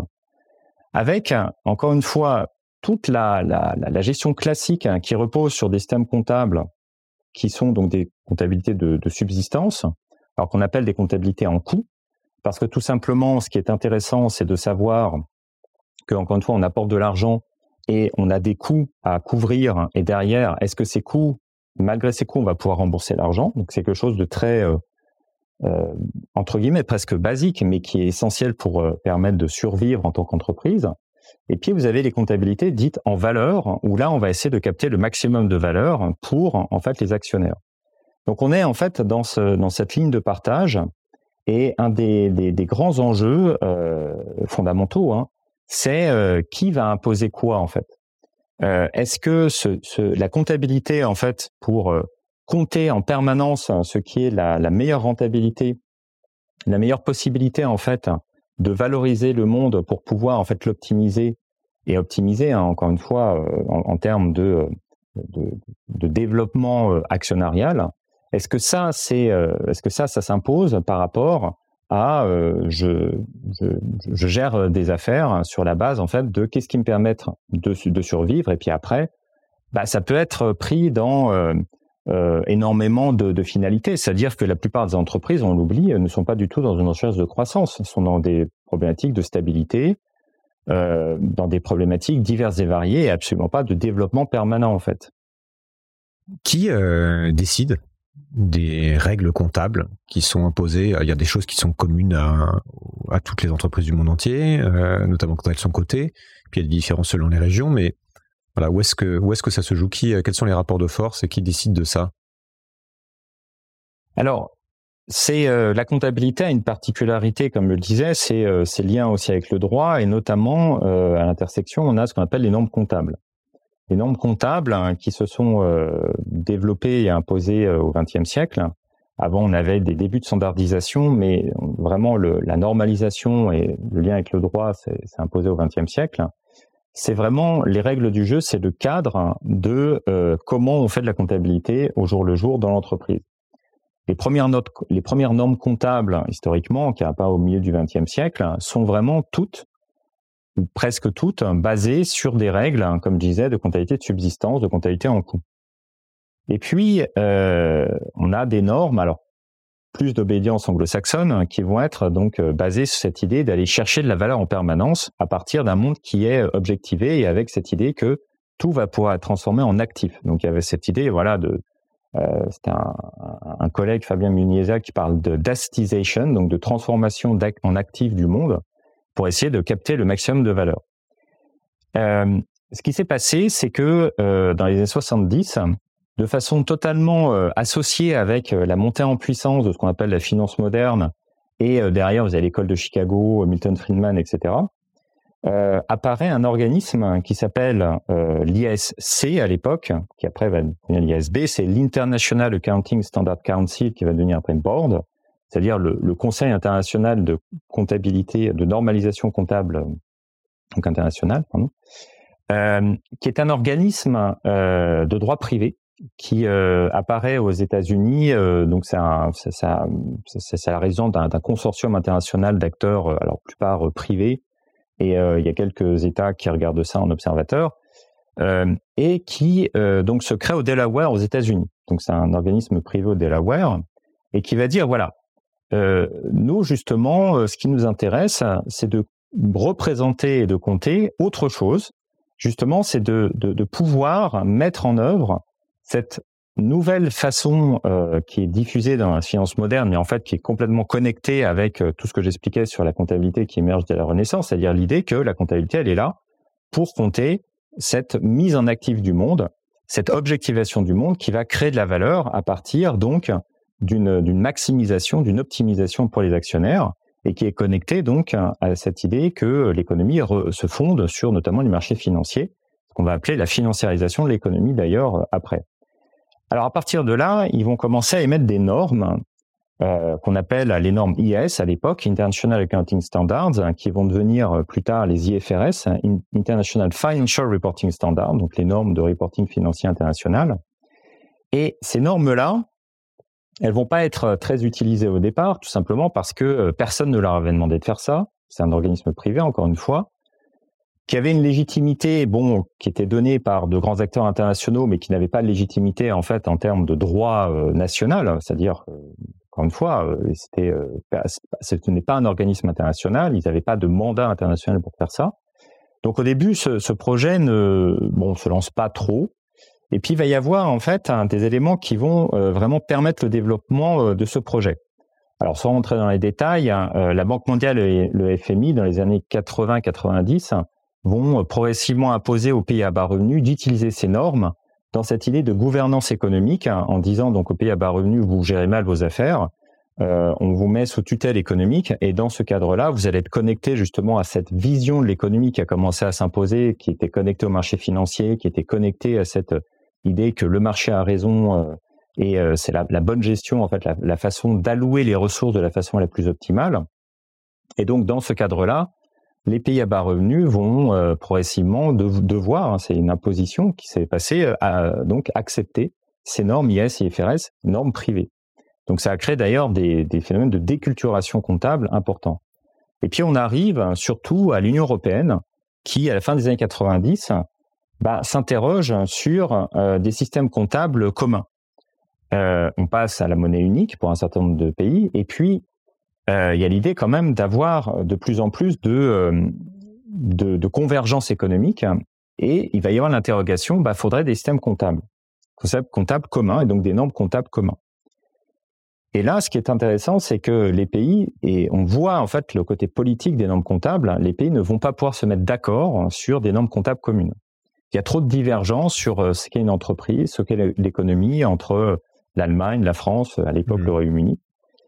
avec encore une fois toute la, la, la gestion classique hein, qui repose sur des systèmes comptables qui sont donc des comptabilités de, de subsistance, alors qu'on appelle des comptabilités en coût. Parce que tout simplement, ce qui est intéressant, c'est de savoir que, encore une fois, on apporte de l'argent et on a des coûts à couvrir. Et derrière, est-ce que ces coûts, malgré ces coûts, on va pouvoir rembourser l'argent? Donc, c'est quelque chose de très, euh, euh, entre guillemets, presque basique, mais qui est essentiel pour euh, permettre de survivre en tant qu'entreprise. Et puis, vous avez les comptabilités dites en valeur, où là, on va essayer de capter le maximum de valeur pour, en fait, les actionnaires. Donc, on est, en fait, dans, ce, dans cette ligne de partage. Et un des, des, des grands enjeux euh, fondamentaux, hein, c'est euh, qui va imposer quoi en fait. Euh, est-ce que ce, ce, la comptabilité en fait pour euh, compter en permanence ce qui est la, la meilleure rentabilité, la meilleure possibilité en fait de valoriser le monde pour pouvoir en fait l'optimiser et optimiser hein, encore une fois euh, en, en termes de, de, de développement euh, actionnarial. Est-ce que ça, c'est, euh, est-ce que ça, ça s'impose par rapport à euh, je, je, je gère des affaires sur la base en fait de qu'est-ce qui me permet de, de survivre et puis après, bah, ça peut être pris dans euh, euh, énormément de, de finalités. C'est-à-dire que la plupart des entreprises, on l'oublie, ne sont pas du tout dans une recherche de croissance, elles sont dans des problématiques de stabilité, euh, dans des problématiques diverses et variées et absolument pas de développement permanent en fait. Qui euh, décide des règles comptables qui sont imposées? Il y a des choses qui sont communes à, à toutes les entreprises du monde entier, euh, notamment quand elles sont cotées. Puis il y a des différences selon les régions, mais voilà, où est-ce que où est-ce que ça se joue? Qui, quels sont les rapports de force et qui décide de ça? Alors, c'est euh, la comptabilité a une particularité, comme je le disais, c'est euh, c'est lié aussi avec le droit et notamment euh, à l'intersection, on a ce qu'on appelle les normes comptables. Les normes comptables hein, qui se sont euh, développées et imposées euh, au vingtième siècle. Avant, on avait des débuts de standardisation, mais vraiment le, la normalisation et le lien avec le droit s'est imposé au vingtième siècle. C'est vraiment les règles du jeu, c'est le cadre de euh, comment on fait de la comptabilité au jour le jour dans l'entreprise. Les premières, notes, les premières normes comptables, historiquement, qui apparaissent au milieu du vingtième siècle, sont vraiment toutes ou presque toutes, basées sur des règles, comme je disais, de comptabilité de subsistance, de comptabilité en coût. Et puis, euh, on a des normes, alors plus d'obédience anglo-saxonne, qui vont être donc basées sur cette idée d'aller chercher de la valeur en permanence à partir d'un monde qui est objectivé et avec cette idée que tout va pouvoir être transformé en actif. Donc, il y avait cette idée, voilà, de euh, c'était un, un collègue, Fabien Muniesa, qui parle de d'assetization, donc de transformation en actif du monde, pour essayer de capter le maximum de valeur. Euh, ce qui s'est passé, c'est que euh, dans les années soixante-dix, de façon totalement euh, associée avec euh, la montée en puissance de ce qu'on appelle la finance moderne, et euh, derrière, vous avez l'école de Chicago, Milton Friedman, et cetera, euh, apparaît un organisme qui s'appelle euh, l'I S C à l'époque, qui après va devenir l'I S B, c'est l'International Accounting Standard Council, qui va devenir après une board, c'est-à-dire le, le Conseil international de comptabilité, de normalisation comptable, donc international, pardon, euh, qui est un organisme euh, de droit privé qui euh, apparaît aux États-Unis. Euh, donc, c'est, un, c'est, ça, c'est, c'est la raison d'un, d'un consortium international d'acteurs, euh, alors plupart euh, privés, et euh, il y a quelques États qui regardent ça en observateur, euh, et qui euh, donc se crée au Delaware aux États-Unis. Donc, c'est un organisme privé au Delaware, et qui va dire voilà, euh, nous justement, euh, ce qui nous intéresse, c'est de représenter et de compter autre chose. Justement, c'est de, de, de pouvoir mettre en œuvre cette nouvelle façon euh, qui est diffusée dans la finance moderne, mais en fait qui est complètement connectée avec euh, tout ce que j'expliquais sur la comptabilité qui émerge de la Renaissance, c'est-à-dire l'idée que la comptabilité, elle est là pour compter cette mise en actif du monde, cette objectivation du monde qui va créer de la valeur à partir donc d'une, d'une maximisation, d'une optimisation pour les actionnaires, et qui est connectée donc à cette idée que l'économie re, se fonde sur notamment les marchés financiers, ce qu'on va appeler la financiarisation de l'économie d'ailleurs après. Alors à partir de là, ils vont commencer à émettre des normes euh, qu'on appelle les normes I S à l'époque, International Accounting Standards, hein, qui vont devenir plus tard les I F R S, International Financial Reporting Standards, donc les normes de reporting financier international. Et ces normes-là, elles vont pas être très utilisées au départ, tout simplement parce que personne ne leur avait demandé de faire ça. C'est un organisme privé, encore une fois, qui avait une légitimité, bon, qui était donnée par de grands acteurs internationaux, mais qui n'avait pas de légitimité en fait en termes de droit euh, national. C'est-à-dire, euh, encore une fois, euh, c'était, euh, ce n'est pas un organisme international. Ils n'avaient pas de mandat international pour faire ça. Donc au début, ce, ce projet ne, bon, se lance pas trop. Et puis, il va y avoir, en fait, un des éléments qui vont euh, vraiment permettre le développement euh, de ce projet. Alors, sans rentrer dans les détails, euh, la Banque mondiale et le F M I, dans les années quatre-vingts quatre-vingt-dix, vont progressivement imposer aux pays à bas revenus d'utiliser ces normes dans cette idée de gouvernance économique, hein, en disant donc aux pays à bas revenus, vous gérez mal vos affaires, euh, on vous met sous tutelle économique, et dans ce cadre-là, vous allez être connecté justement à cette vision de l'économie qui a commencé à s'imposer, qui était connectée au marché financier, qui était connectée à cette idée que le marché a raison euh, et euh, c'est la, la bonne gestion, en fait, la, la façon d'allouer les ressources de la façon la plus optimale. Et donc, dans ce cadre-là, les pays à bas revenus vont euh, progressivement de, devoir, hein, c'est une imposition qui s'est passée, à donc accepter ces normes I S et I F R S, normes privées. Donc, ça a créé d'ailleurs des, des phénomènes de déculturation comptable importants. Et puis, on arrive surtout à l'Union européenne qui, à la fin des années quatre-vingt-dix, bah, s'interroge sur euh, des systèmes comptables communs. Euh, on passe à la monnaie unique pour un certain nombre de pays, et puis euh, il y a l'idée quand même d'avoir de plus en plus de, euh, de, de convergence économique, et il va y avoir l'interrogation, bah, faudrait des systèmes comptables, concepts comptables communs, et donc des normes comptables communs. Et là, ce qui est intéressant, c'est que les pays, et on voit en fait le côté politique des normes comptables, les pays ne vont pas pouvoir se mettre d'accord sur des normes comptables communes. Il y a trop de divergences sur ce qu'est une entreprise, ce qu'est l'économie entre l'Allemagne, la France, à l'époque mmh. le Royaume-Uni.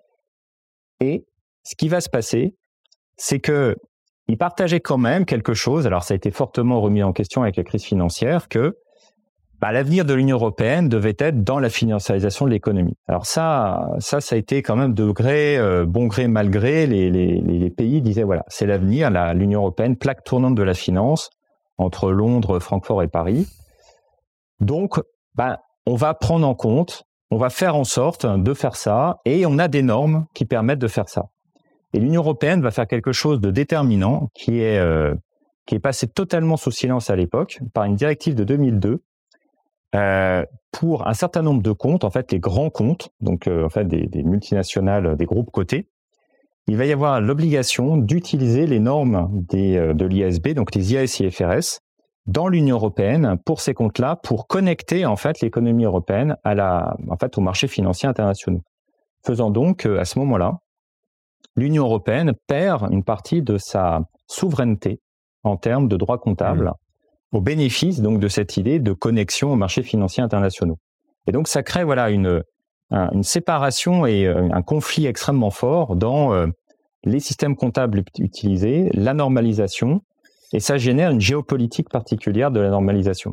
Et ce qui va se passer, c'est qu'ils partageaient quand même quelque chose, alors ça a été fortement remis en question avec la crise financière, que bah, l'avenir de l'Union européenne devait être dans la financiarisation de l'économie. Alors ça, ça, ça a été quand même de gré, euh, bon gré, mal gré, les, les, les pays disaient voilà, c'est l'avenir, la, l'Union européenne, plaque tournante de la finance, entre Londres, Francfort et Paris. Donc, ben, on va prendre en compte, on va faire en sorte de faire ça, et on a des normes qui permettent de faire ça. Et l'Union européenne va faire quelque chose de déterminant, qui est, euh, qui est passé totalement sous silence à l'époque, par une directive de deux mille deux, euh, pour un certain nombre de comptes, en fait les grands comptes, donc euh, en fait des, des multinationales, des groupes cotés. Il va y avoir l'obligation d'utiliser les normes des, de l'I S B, donc les I A S et I F R S, dans l'Union européenne pour ces comptes-là, pour connecter en fait l'économie européenne à la, en fait, aux marchés financiers internationaux. Faisant donc à ce moment-là, l'Union européenne perd une partie de sa souveraineté en termes de droit comptable, mmh. au bénéfice donc de cette idée de connexion aux marchés financiers internationaux. Et donc ça crée voilà une une séparation et un conflit extrêmement fort dans euh, les systèmes comptables utilisés, la normalisation, et ça génère une géopolitique particulière de la normalisation.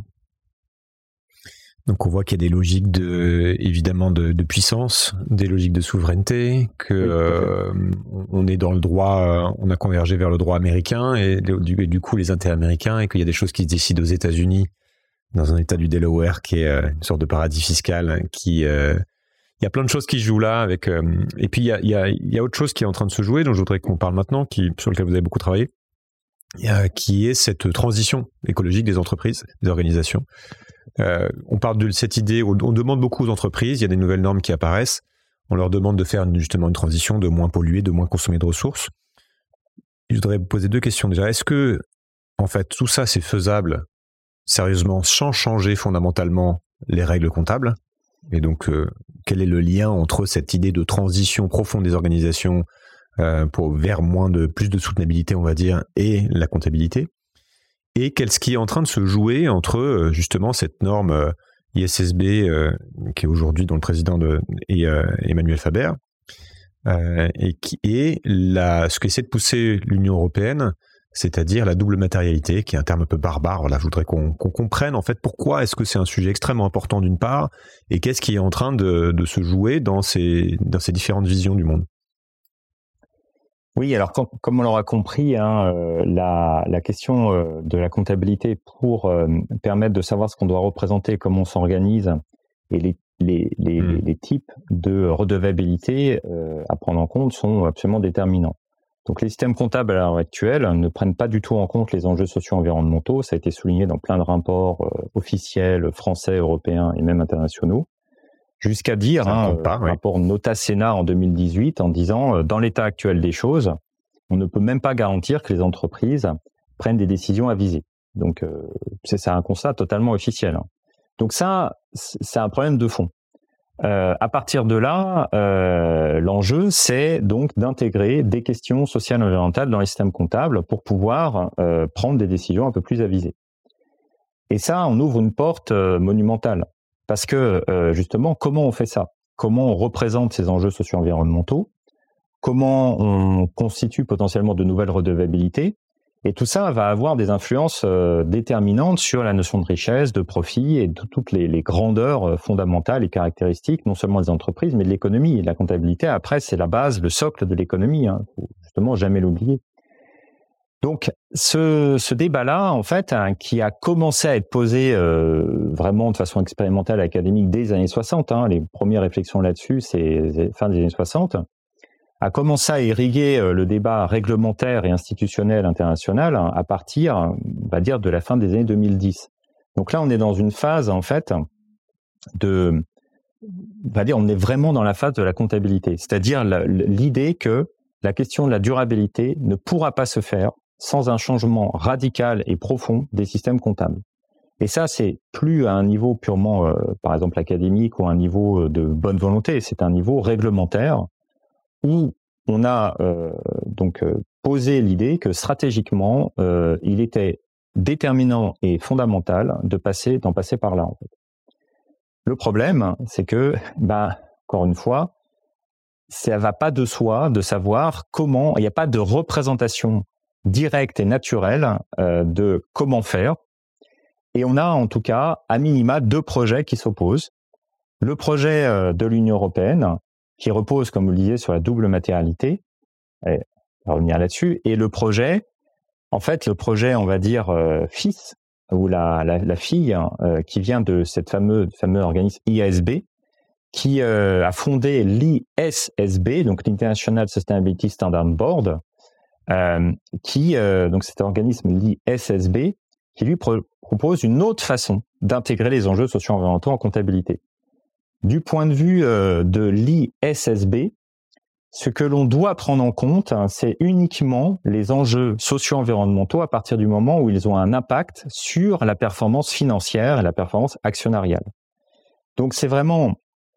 Donc on voit qu'il y a des logiques de, évidemment de, de puissance, des logiques de souveraineté, que oui, euh, on est dans le droit, on a convergé vers le droit américain et du, du coup les intérêts américains, et qu'il y a des choses qui se décident aux États-Unis dans un état du Delaware qui est euh, une sorte de paradis fiscal, qui euh, il y a plein de choses qui se jouent là avec euh, et puis il y a il y a il y a autre chose qui est en train de se jouer dont je voudrais qu'on parle maintenant, qui sur lequel vous avez beaucoup travaillé, euh, qui est cette transition écologique des entreprises, des organisations. Euh, on parle de cette idée, on, on demande beaucoup aux entreprises, il y a des nouvelles normes qui apparaissent, on leur demande de faire une, justement une transition, de moins polluer, de moins consommer de ressources. Je voudrais vous poser deux questions déjà. Est-ce que en fait tout ça c'est faisable sérieusement sans changer fondamentalement les règles comptables? Et donc, euh, quel est le lien entre cette idée de transition profonde des organisations euh, pour, vers moins de, plus de soutenabilité, on va dire, et la comptabilité? Et qu'est-ce qui est en train de se jouer entre, euh, justement, cette norme euh, I S S B, euh, qui est aujourd'hui dont le président de, est euh, Emmanuel Faber, euh, et qui est la, ce qu'essaie de pousser l'Union européenne, c'est-à-dire la double matérialité, qui est un terme un peu barbare. Voilà, je voudrais qu'on, qu'on comprenne en fait pourquoi est-ce que c'est un sujet extrêmement important d'une part, et qu'est-ce qui est en train de, de se jouer dans ces, dans ces différentes visions du monde. Oui, alors com- comme on l'aura compris, hein, euh, la, la question euh, de la comptabilité pour euh, permettre de savoir ce qu'on doit représenter, comment on s'organise, et les, les, les, mmh. les, les types de redevabilité euh, à prendre en compte sont absolument déterminants. Donc les systèmes comptables à l'heure actuelle ne prennent pas du tout en compte les enjeux socio-environnementaux. Ça a été souligné dans plein de rapports euh, officiels français, européens et même internationaux. Jusqu'à dire, hein, pas, euh, oui. rapport Nota Sena en deux mille dix-huit, en disant euh, dans l'état actuel des choses, on ne peut même pas garantir que les entreprises prennent des décisions avisées. Donc euh, c'est ça un constat totalement officiel. Hein. Donc ça, c'est un problème de fond. Euh, à partir de là, euh, l'enjeu, c'est donc d'intégrer des questions sociales et environnementales dans les systèmes comptables pour pouvoir euh, prendre des décisions un peu plus avisées. Et ça, on ouvre une porte euh, monumentale. Parce que, euh, justement, comment on fait ça? Comment on représente ces enjeux socio-environnementaux? Comment on constitue potentiellement de nouvelles redevabilités? Et tout ça va avoir des influences euh, déterminantes sur la notion de richesse, de profit et de toutes les, les grandeurs fondamentales et caractéristiques, non seulement des entreprises, mais de l'économie. Et la comptabilité, après, c'est la base, le socle de l'économie. Hein. Faut justement jamais l'oublier. Donc, ce, ce débat-là, en fait, hein, qui a commencé à être posé euh, vraiment de façon expérimentale académique dès les années soixante, hein, les premières réflexions là-dessus, c'est fin des années soixante, a commencé à irriguer le débat réglementaire et institutionnel international à partir, on va dire, de la fin des années deux mille dix. Donc là, on est dans une phase, en fait, de, on va dire, on est vraiment dans la phase de la comptabilité, c'est-à-dire l'idée que la question de la durabilité ne pourra pas se faire sans un changement radical et profond des systèmes comptables. Et ça, c'est plus à un niveau purement, euh, par exemple, académique ou à un niveau de bonne volonté, c'est un niveau réglementaire où on a euh, donc euh, posé l'idée que stratégiquement, euh, il était déterminant et fondamental de passer, d'en passer par là. En fait. Le problème, c'est que, ben, encore une fois, ça va pas de soi de savoir comment. Il n'y a pas de représentation directe et naturelle euh, de comment faire. Et on a en tout cas, à minima, deux projets qui s'opposent. Le projet euh, de l'Union européenne, qui repose, comme vous le disiez, sur la double matérialité, et on va revenir là-dessus, et le projet, en fait, le projet, on va dire, euh, fils, ou la, la, la fille, euh, qui vient de cette fameuse, fameux organisme I S S B, qui euh, a fondé l'I S S B, donc l'International Sustainability Standard Board, euh, qui, euh, donc cet organisme l'I S S B, qui lui pro- propose une autre façon d'intégrer les enjeux socio-environnementaux en comptabilité. Du point de vue euh, de l'I S S B, ce que l'on doit prendre en compte, hein, c'est uniquement les enjeux socio-environnementaux à partir du moment où ils ont un impact sur la performance financière et la performance actionnariale. Donc c'est vraiment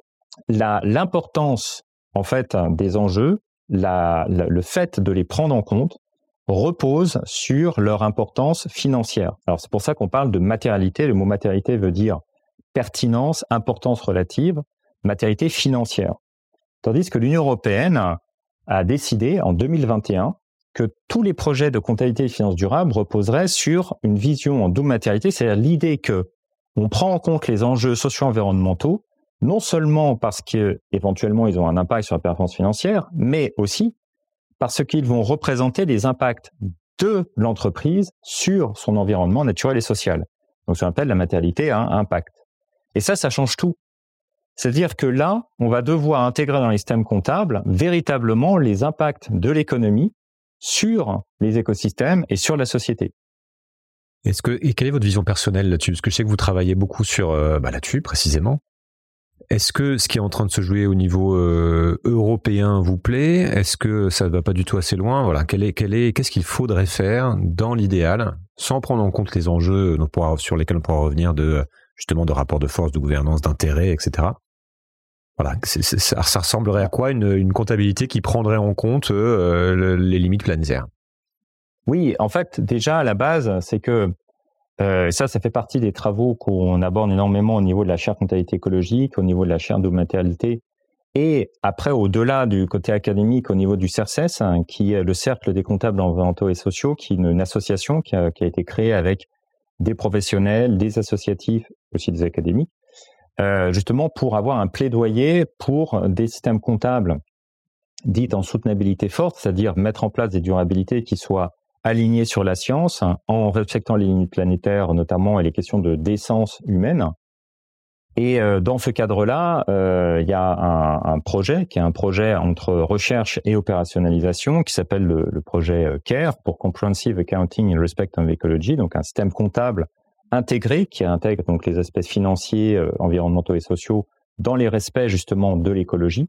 la, l'importance en fait des enjeux, la, la, le fait de les prendre en compte repose sur leur importance financière. Alors c'est pour ça qu'on parle de matérialité. Le mot matérialité veut dire pertinence, importance relative, matérialité financière. Tandis que l'Union européenne a décidé en deux mille vingt et un que tous les projets de comptabilité et de finances durables reposeraient sur une vision en double matérialité, c'est-à-dire l'idée que on prend en compte les enjeux socio-environnementaux, non seulement parce qu'éventuellement ils ont un impact sur la performance financière, mais aussi parce qu'ils vont représenter les impacts de l'entreprise sur son environnement naturel et social. Donc, ça appelle la matérialité à impact. Et ça, ça change tout. C'est-à-dire que là, on va devoir intégrer dans les systèmes comptables véritablement les impacts de l'économie sur les écosystèmes et sur la société. Est-ce que, et quelle est votre vision personnelle là-dessus? Parce que je sais que vous travaillez beaucoup sur euh, bah, là-dessus, précisément. Est-ce que ce qui est en train de se jouer au niveau euh, européen vous plaît? Est-ce que ça ne va pas du tout assez loin? Voilà, quel est, quel est, qu'est-ce qu'il faudrait faire dans l'idéal, sans prendre en compte les enjeux dont on pourra, sur lesquels on pourra revenir, de justement de rapport de force, de gouvernance, d'intérêt, et cetera. Voilà, c'est, c'est, ça, ça ressemblerait à quoi une, une comptabilité qui prendrait en compte euh, le, les limites planétaires? Oui, en fait, déjà à la base, c'est que euh, ça, ça fait partie des travaux qu'on aborde énormément au niveau de la chaire comptabilité écologique, au niveau de la chaire de matérialité, et après, au-delà du côté académique, au niveau du C E R C E S, hein, qui est le Cercle des comptables environnementaux et sociaux, qui est une, une association qui a, qui a été créée avec des professionnels, des associatifs, aussi des académiques, euh, justement pour avoir un plaidoyer pour des systèmes comptables dits en soutenabilité forte, c'est-à-dire mettre en place des durabilités qui soient alignées sur la science, en respectant les limites planétaires notamment et les questions de décence humaine. Et euh, dans ce cadre-là, euh, il y a un, un projet qui est un projet entre recherche et opérationnalisation qui s'appelle le, le projet CARE, pour Comprehensive Accounting in Respect of Ecology, donc un système comptable intégré qui intègre donc les aspects financiers, euh, environnementaux et sociaux dans les respects justement de l'écologie.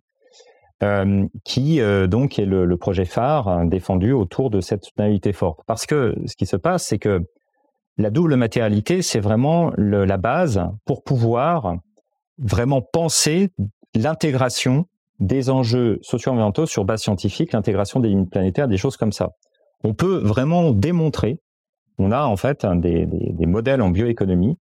Euh, qui euh, donc est le, le projet phare hein, défendu autour de cette soutenabilité forte. Parce que ce qui se passe, c'est que la double matérialité, c'est vraiment le, la base pour pouvoir vraiment penser l'intégration des enjeux socio-environnementaux sur base scientifique, l'intégration des limites planétaires, des choses comme ça. On peut vraiment démontrer, on a en fait hein, des, des, des modèles en bioéconomie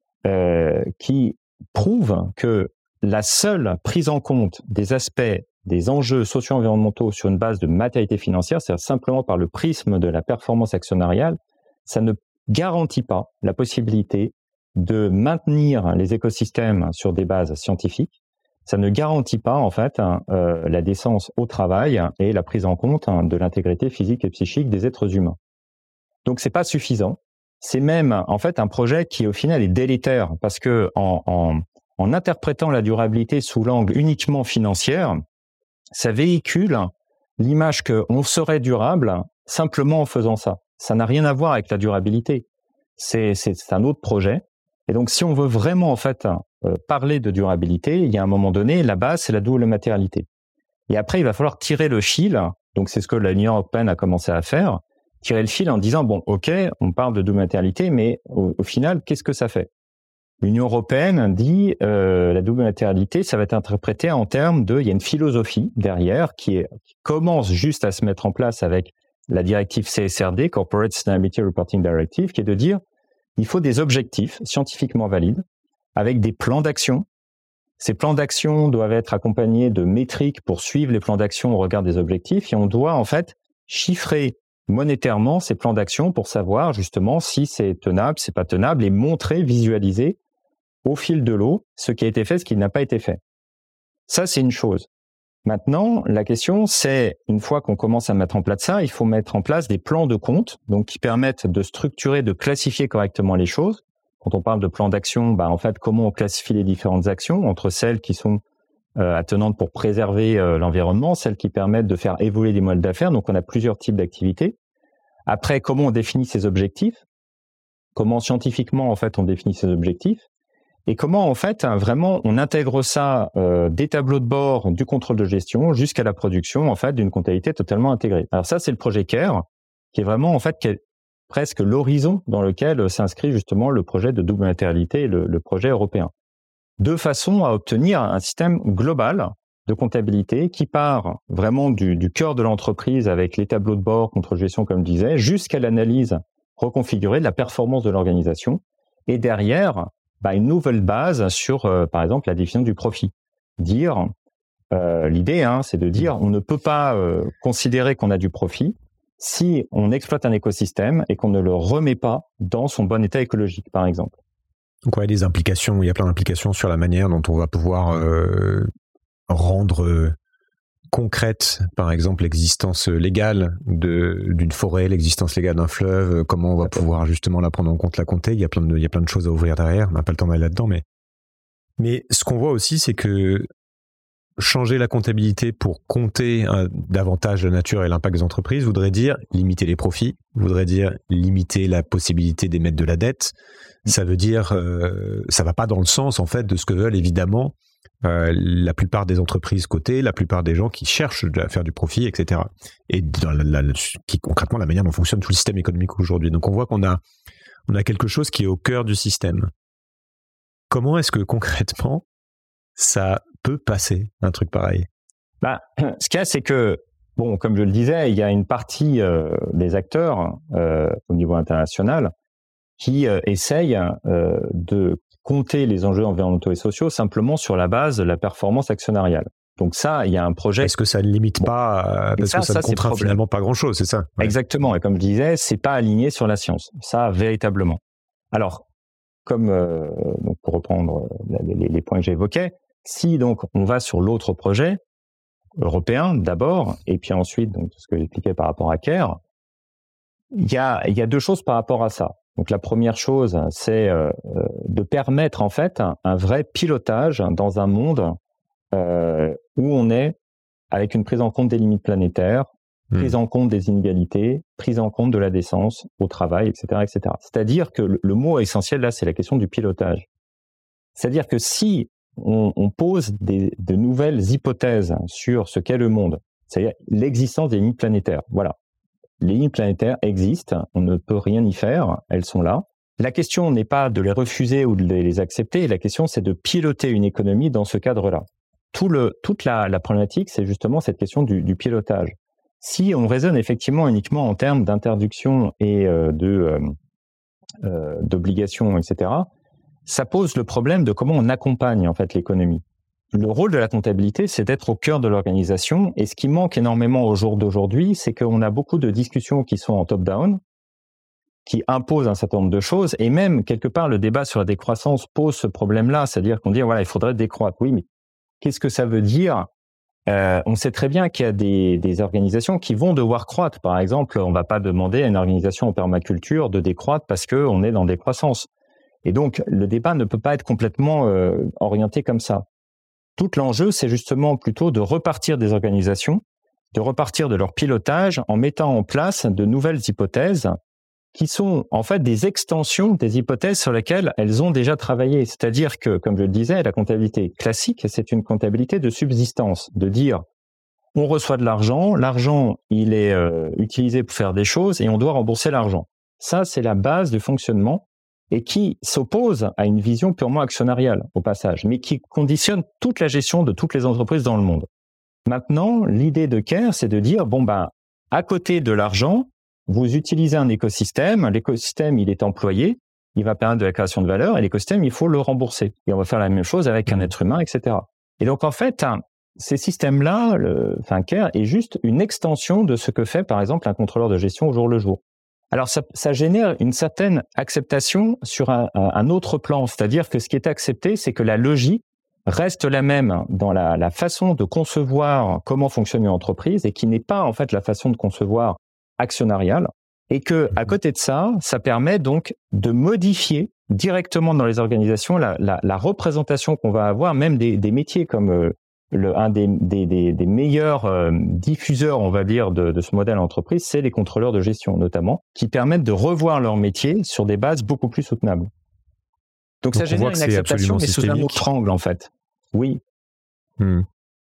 euh, qui prouvent que la seule prise en compte des aspects des enjeux socio-environnementaux sur une base de matérialité financière, c'est-à-dire simplement par le prisme de la performance actionnariale, ça ne garantit pas la possibilité de maintenir les écosystèmes sur des bases scientifiques. Ça ne garantit pas, en fait, hein, euh, la décence au travail et la prise en compte hein, de l'intégrité physique et psychique des êtres humains. Donc, c'est pas suffisant. C'est même, en fait, un projet qui, au final, est délétère parce que en, en, en interprétant la durabilité sous l'angle uniquement financier, ça véhicule l'image qu'on serait durable simplement en faisant ça. Ça n'a rien à voir avec la durabilité. C'est, c'est, c'est un autre projet. Et donc, si on veut vraiment, en fait, euh, parler de durabilité, il y a un moment donné, la base, c'est la double matérialité. Et après, il va falloir tirer le fil. Donc, c'est ce que l'Union européenne a commencé à faire. Tirer le fil en disant, bon, OK, on parle de double matérialité, mais au, au final, qu'est-ce que ça fait? L'Union européenne dit euh, la double matérialité, ça va être interprété en termes de, il y a une philosophie derrière qui, est, qui commence juste à se mettre en place avec la directive C S R D, Corporate Sustainability Reporting Directive, qui est de dire il faut des objectifs scientifiquement valides avec des plans d'action. Ces plans d'action doivent être accompagnés de métriques pour suivre les plans d'action au regard des objectifs et on doit en fait chiffrer monétairement ces plans d'action pour savoir justement si c'est tenable, c'est pas tenable et montrer, visualiser au fil de l'eau ce qui a été fait, ce qui n'a pas été fait. Ça, c'est une chose. Maintenant, la question, c'est, une fois qu'on commence à mettre en place ça, il faut mettre en place des plans de compte, donc qui permettent de structurer, de classifier correctement les choses. Quand on parle de plan d'action, bah, en fait, comment on classifie les différentes actions entre celles qui sont euh, attenantes pour préserver euh, l'environnement, celles qui permettent de faire évoluer des modèles d'affaires. Donc, on a plusieurs types d'activités. Après, comment on définit ces objectifs? Comment scientifiquement, en fait, on définit ces objectifs? Et comment, en fait, vraiment, on intègre ça euh, des tableaux de bord, du contrôle de gestion, jusqu'à la production, en fait, d'une comptabilité totalement intégrée. Alors ça, c'est le projet CARE, qui est vraiment, en fait, qui est presque l'horizon dans lequel s'inscrit justement le projet de double matérialité et le, le projet européen. De façon à obtenir un système global de comptabilité qui part vraiment du, du cœur de l'entreprise avec les tableaux de bord, contrôle de gestion, comme je disais, jusqu'à l'analyse reconfigurée de la performance de l'organisation. Et derrière, bah, une nouvelle base sur, euh, par exemple, la définition du profit. Dire, euh, l'idée, hein, c'est de dire, on ne peut pas euh, considérer qu'on a du profit si on exploite un écosystème et qu'on ne le remet pas dans son bon état écologique, par exemple. Donc, ouais, il y a des implications, il y a plein d'implications sur la manière dont on va pouvoir euh, rendre euh, concrètes, par exemple l'existence légale de, d'une forêt, l'existence légale d'un fleuve, comment on va pouvoir justement la prendre en compte, la compter. Il y a plein de, il y a plein de choses à ouvrir derrière. On n'a pas le temps d'aller là-dedans, mais, mais ce qu'on voit aussi, c'est que changer la comptabilité pour compter euh, davantage la nature et l'impact des entreprises voudrait dire limiter les profits, voudrait dire limiter la possibilité d'émettre de la dette. Ça veut dire, euh, ça va pas dans le sens en fait de ce que veulent évidemment euh, la plupart des entreprises cotées, la plupart des gens qui cherchent à faire du profit, et cetera. Et dans la, la, qui concrètement la manière dont fonctionne tout le système économique aujourd'hui. Donc on voit qu'on a, on a quelque chose qui est au cœur du système. Comment est-ce que concrètement ça peut passer un truc pareil? Bah, ce qu'il y a, c'est que, bon, comme je le disais, il y a une partie euh, des acteurs euh, au niveau international qui euh, essayent euh, de compter les enjeux environnementaux et sociaux simplement sur la base de la performance actionnariale. Donc ça, il y a un projet. Est-ce que ça ne limite bon. pas, parce ça, que ça, ça ne contraint finalement pas grand-chose, c'est ça? Ouais. Exactement. Et comme je disais, c'est pas aligné sur la science. Ça, véritablement. Alors, comme euh, donc pour reprendre les, les points que j'évoquais, si donc on va sur l'autre projet européen d'abord, et puis ensuite donc ce que j'expliquais par rapport à CARE, il y a il y a deux choses par rapport à ça. Donc la première chose, c'est euh, de permettre en fait un, un vrai pilotage dans un monde euh, où on est avec une prise en compte des limites planétaires, mmh. prise en compte des inégalités, prise en compte de la décence au travail, et cetera, et cetera. C'est-à-dire que le, le mot essentiel là, c'est la question du pilotage. C'est-à-dire que si on, on pose des, de nouvelles hypothèses sur ce qu'est le monde, c'est-à-dire l'existence des limites planétaires, voilà. Les limites planétaires existent, on ne peut rien y faire, elles sont là. La question n'est pas de les refuser ou de les accepter, la question c'est de piloter une économie dans ce cadre-là. Tout le, toute la, la problématique, c'est justement cette question du, du pilotage. Si on raisonne effectivement uniquement en termes d'interdiction et euh, de, euh, euh, d'obligations, et cetera, ça pose le problème de comment on accompagne en fait l'économie. Le rôle de la comptabilité, c'est d'être au cœur de l'organisation. Et ce qui manque énormément au jour d'aujourd'hui, c'est qu'on a beaucoup de discussions qui sont en top-down, qui imposent un certain nombre de choses. Et même, quelque part, le débat sur la décroissance pose ce problème-là. C'est-à-dire qu'on dit, voilà, il faudrait décroître. Oui, mais qu'est-ce que ça veut dire? euh, On sait très bien qu'il y a des, des organisations qui vont devoir croître. Par exemple, on ne va pas demander à une organisation en permaculture de décroître parce qu'on est dans décroissance. Et donc, le débat ne peut pas être complètement euh, orienté comme ça. Tout l'enjeu, c'est justement plutôt de repartir des organisations, de repartir de leur pilotage en mettant en place de nouvelles hypothèses qui sont en fait des extensions des hypothèses sur lesquelles elles ont déjà travaillé. C'est-à-dire que, comme je le disais, la comptabilité classique, c'est une comptabilité de subsistance, de dire on reçoit de l'argent, l'argent il est euh, utilisé pour faire des choses et on doit rembourser l'argent. Ça, c'est la base du fonctionnement. Et qui s'oppose à une vision purement actionnariale, au passage, mais qui conditionne toute la gestion de toutes les entreprises dans le monde. Maintenant, l'idée de CARE, c'est de dire, bon ben, à côté de l'argent, vous utilisez un écosystème, l'écosystème, il est employé, il va permettre de la création de valeur, et l'écosystème, il faut le rembourser. Et on va faire la même chose avec un être humain, et cetera. Et donc, en fait, ces systèmes-là, le, enfin, CARE est juste une extension de ce que fait, par exemple, un contrôleur de gestion au jour le jour. Alors, ça, ça génère une certaine acceptation sur un, un autre plan. C'est-à-dire que ce qui est accepté, c'est que la logique reste la même dans la, la façon de concevoir comment fonctionne une entreprise et qui n'est pas, en fait, la façon de concevoir actionnariale. Et que, à côté de ça, ça permet donc de modifier directement dans les organisations la, la, la représentation qu'on va avoir, même des, des métiers comme euh, Le, un des, des, des, des meilleurs euh, diffuseurs, on va dire, de, de ce modèle entreprise, c'est les contrôleurs de gestion, notamment, qui permettent de revoir leur métier sur des bases beaucoup plus soutenables. Donc, Donc ça génère une acceptation, mais sous un autre angle, en fait. Oui. Hmm.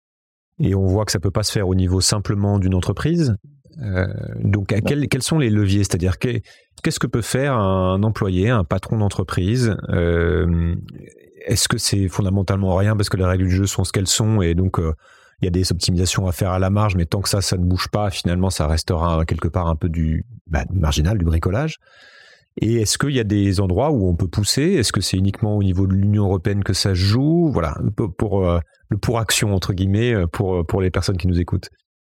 Et on voit que ça peut pas se faire au niveau simplement d'une entreprise. Euh, donc, à quel, quels sont les leviers? C'est-à-dire, qu'est-ce que peut faire un employé, un patron d'entreprise euh, Est-ce que c'est fondamentalement rien parce que les règles du jeu sont ce qu'elles sont et donc il euh, y a des optimisations à faire à la marge, mais tant que ça, ça ne bouge pas, finalement, ça restera quelque part un peu du bah, marginal, du bricolage. Et est-ce qu'il y a des endroits où on peut pousser? Est-ce que c'est uniquement au niveau de l'Union européenne que ça se joue? Voilà, pour, pour euh, le pour-action, entre guillemets, pour, pour les personnes qui nous écoutent.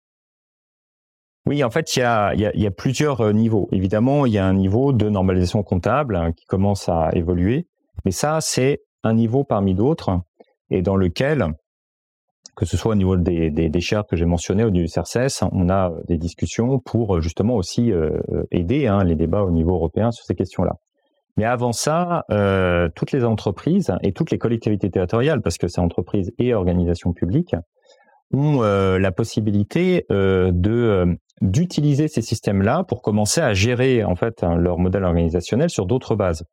Oui, en fait, il y a, y, a, y a plusieurs niveaux. Évidemment, il y a un niveau de normalisation comptable hein, qui commence à évoluer, mais ça, c'est un niveau parmi d'autres et dans lequel que ce soit au niveau des, des, des shares que j'ai mentionnés, au niveau du C E R C E S, on a des discussions pour justement aussi euh, aider hein, les débats au niveau européen sur ces questions-là. Mais avant ça, euh, toutes les entreprises et toutes les collectivités territoriales, parce que c'est entreprises et organisations publiques, ont euh, la possibilité euh, de euh, d'utiliser ces systèmes-là pour commencer à gérer en fait hein, leur modèle organisationnel sur d'autres bases.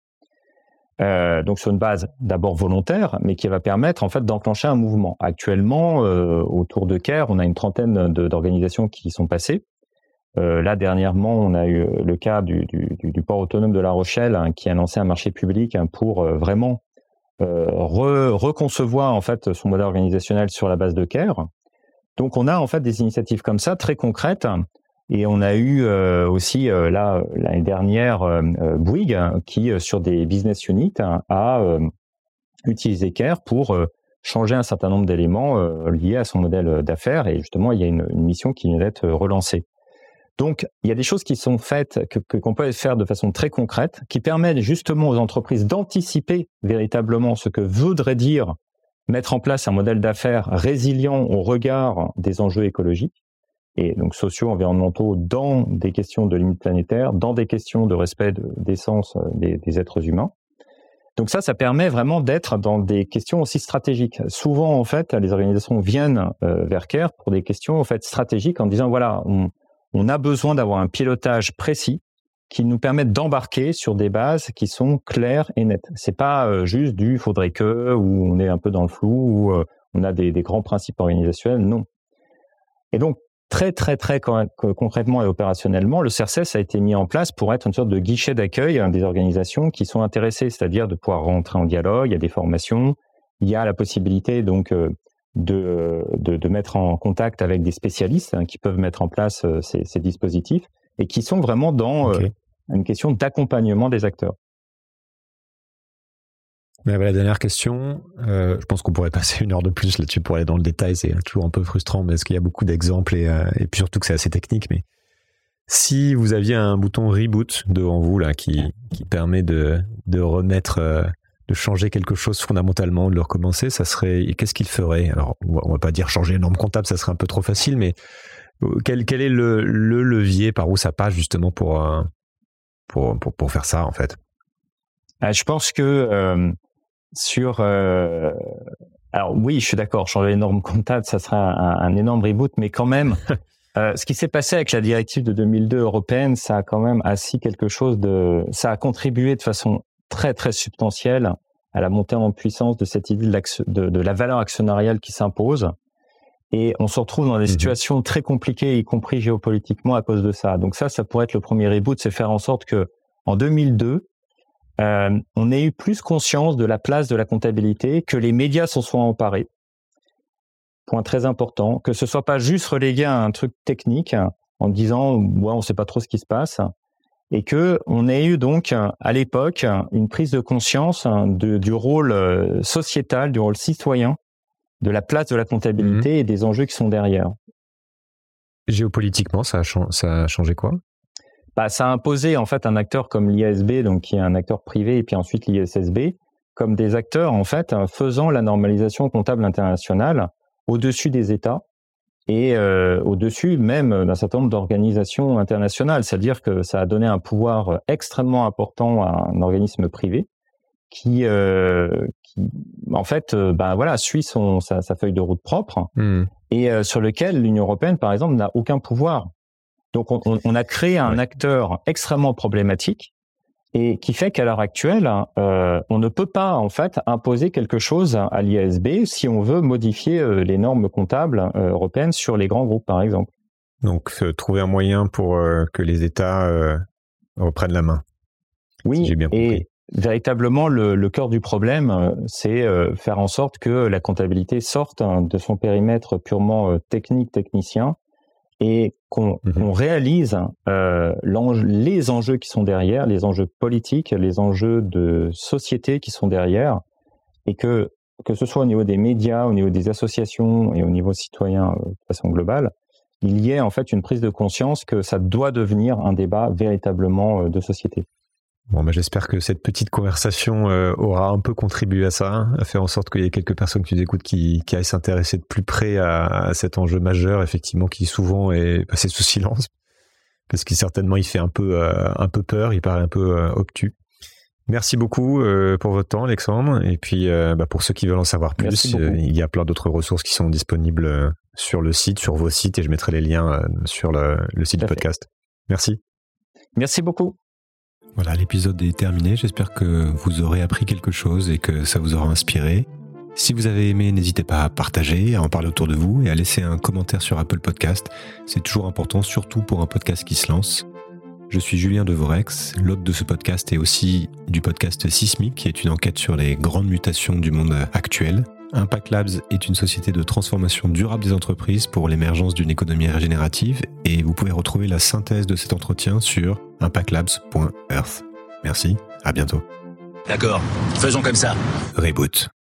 Euh, donc sur une base d'abord volontaire, mais qui va permettre en fait d'enclencher un mouvement. Actuellement, euh, autour de CARE, on a une trentaine de, d'organisations qui y sont passées. Euh, là, dernièrement, on a eu le cas du, du, du port autonome de La Rochelle hein, qui a lancé un marché public hein, pour euh, vraiment euh, re, reconcevoir en fait son modèle organisationnel sur la base de CARE. Donc, on a en fait des initiatives comme ça très concrètes. Et on a eu euh, aussi euh, là l'année dernière euh, Bouygues hein, qui euh, sur des business units hein, a euh, utilisé CARE pour euh, changer un certain nombre d'éléments euh, liés à son modèle d'affaires. Et justement, il y a une, une mission qui vient d'être relancée. Donc, il y a des choses qui sont faites, que, que, qu'on peut faire de façon très concrète, qui permettent justement aux entreprises d'anticiper véritablement ce que voudrait dire mettre en place un modèle d'affaires résilient au regard des enjeux écologiques, et donc sociaux, environnementaux, dans des questions de limites planétaires, dans des questions de respect de, d'essence des, des êtres humains. Donc ça, ça permet vraiment d'être dans des questions aussi stratégiques. Souvent, en fait, les organisations viennent euh, vers CARE pour des questions en fait stratégiques en disant, voilà, on On a besoin d'avoir un pilotage précis qui nous permette d'embarquer sur des bases qui sont claires et nettes. C'est pas euh, juste du faudrait que, où on est un peu dans le flou, où euh, on a des, des grands principes organisationnels, non. Et donc, très, très, très concrètement et opérationnellement, le C E R C E S a été mis en place pour être une sorte de guichet d'accueil hein, des organisations qui sont intéressées, c'est-à-dire de pouvoir rentrer en dialogue, il y a des formations, il y a la possibilité donc euh, De, de, de mettre en contact avec des spécialistes hein, qui peuvent mettre en place euh, ces, ces dispositifs et qui sont vraiment dans okay. euh, une question d'accompagnement des acteurs. Mais la dernière question, euh, je pense qu'on pourrait passer une heure de plus là-dessus pour aller dans le détail, c'est toujours un peu frustrant parce qu'il y a beaucoup d'exemples et, euh, et puis surtout que c'est assez technique, mais si vous aviez un bouton reboot devant vous là qui, qui permet de, de remettre... Euh, de changer quelque chose fondamentalement, de le recommencer, ça serait, qu'est-ce qu'il ferait? Alors, on va pas dire changer les normes comptables, ça serait un peu trop facile, mais quel, quel est le, le levier par où ça passe justement pour, pour, pour, pour faire ça, en fait? Je pense que euh, sur... Euh, alors oui, je suis d'accord, changer les normes comptables, ça serait un, un énorme reboot, mais quand même, euh, ce qui s'est passé avec la directive de deux mille deux européenne, ça a quand même assis quelque chose de... Ça a contribué de façon très très substantielle à la montée en puissance de cette idée de, de, de la valeur actionnariale qui s'impose. Et on se retrouve dans des mmh. situations très compliquées, y compris géopolitiquement, à cause de ça. Donc ça, ça pourrait être le premier reboot, c'est faire en sorte que en deux mille deux, euh, on ait eu plus conscience de la place de la comptabilité, que les médias s'en soient emparés. Point très important, que ce soit pas juste relégué à un truc technique en disant ouais, on ne sait pas trop ce qui se passe. Et que on ait eu donc à l'époque une prise de conscience de, du rôle sociétal, du rôle citoyen, de la place de la comptabilité mmh. et des enjeux qui sont derrière. Géopolitiquement, ça a, ch- ça a changé quoi? Bah, ça a imposé en fait un acteur comme l'I A S B, donc qui est un acteur privé, et puis ensuite l'I S S B, comme des acteurs en fait faisant la normalisation comptable internationale au-dessus des États. Et euh, au-dessus même d'un certain nombre d'organisations internationales, c'est-à-dire que ça a donné un pouvoir extrêmement important à un organisme privé qui, euh, qui en fait, euh, ben voilà, suit son sa, sa feuille de route propre mmh. et euh, sur lequel l'Union européenne, par exemple, n'a aucun pouvoir. Donc, on, on a créé un ouais. acteur extrêmement problématique et qui fait qu'à l'heure actuelle, euh, on ne peut pas en fait imposer quelque chose à l'I A S B si on veut modifier euh, les normes comptables euh, européennes sur les grands groupes, par exemple. Donc, euh, trouver un moyen pour euh, que les États euh, reprennent la main. Oui, si j'ai bien compris. Et véritablement, le, le cœur du problème, euh, c'est euh, faire en sorte que la comptabilité sorte hein, de son périmètre purement euh, technique, technicien, et qu'on, mmh. qu'on réalise euh, les enjeux qui sont derrière, les enjeux politiques, les enjeux de société qui sont derrière, et que, que ce soit au niveau des médias, au niveau des associations et au niveau citoyen euh, de façon globale, il y ait en fait une prise de conscience que ça doit devenir un débat véritablement euh, de société. Bon, bah, j'espère que cette petite conversation euh, aura un peu contribué à ça, à faire en sorte qu'il y ait quelques personnes qui nous écoutent qui, qui aillent s'intéresser de plus près à, à cet enjeu majeur, effectivement, qui souvent est passé sous silence, parce qu'il certainement il fait un peu, euh, un peu peur, il paraît un peu euh, obtus. Merci beaucoup euh, pour votre temps, Alexandre. Et puis, euh, bah, pour ceux qui veulent en savoir plus, euh, il y a plein d'autres ressources qui sont disponibles euh, sur le site, sur vos sites, et je mettrai les liens euh, sur le, le site du podcast. Merci. Merci beaucoup. Voilà, l'épisode est terminé. J'espère que vous aurez appris quelque chose et que ça vous aura inspiré. Si vous avez aimé, n'hésitez pas à partager, à en parler autour de vous et à laisser un commentaire sur Apple Podcast. C'est toujours important, surtout pour un podcast qui se lance. Je suis Julien Devorex, l'hôte de ce podcast et aussi du podcast Sismic, qui est une enquête sur les grandes mutations du monde actuel. Impact Labs est une société de transformation durable des entreprises pour l'émergence d'une économie régénérative et vous pouvez retrouver la synthèse de cet entretien sur impact labs point earth. Merci, à bientôt. D'accord, faisons comme ça. Reboot.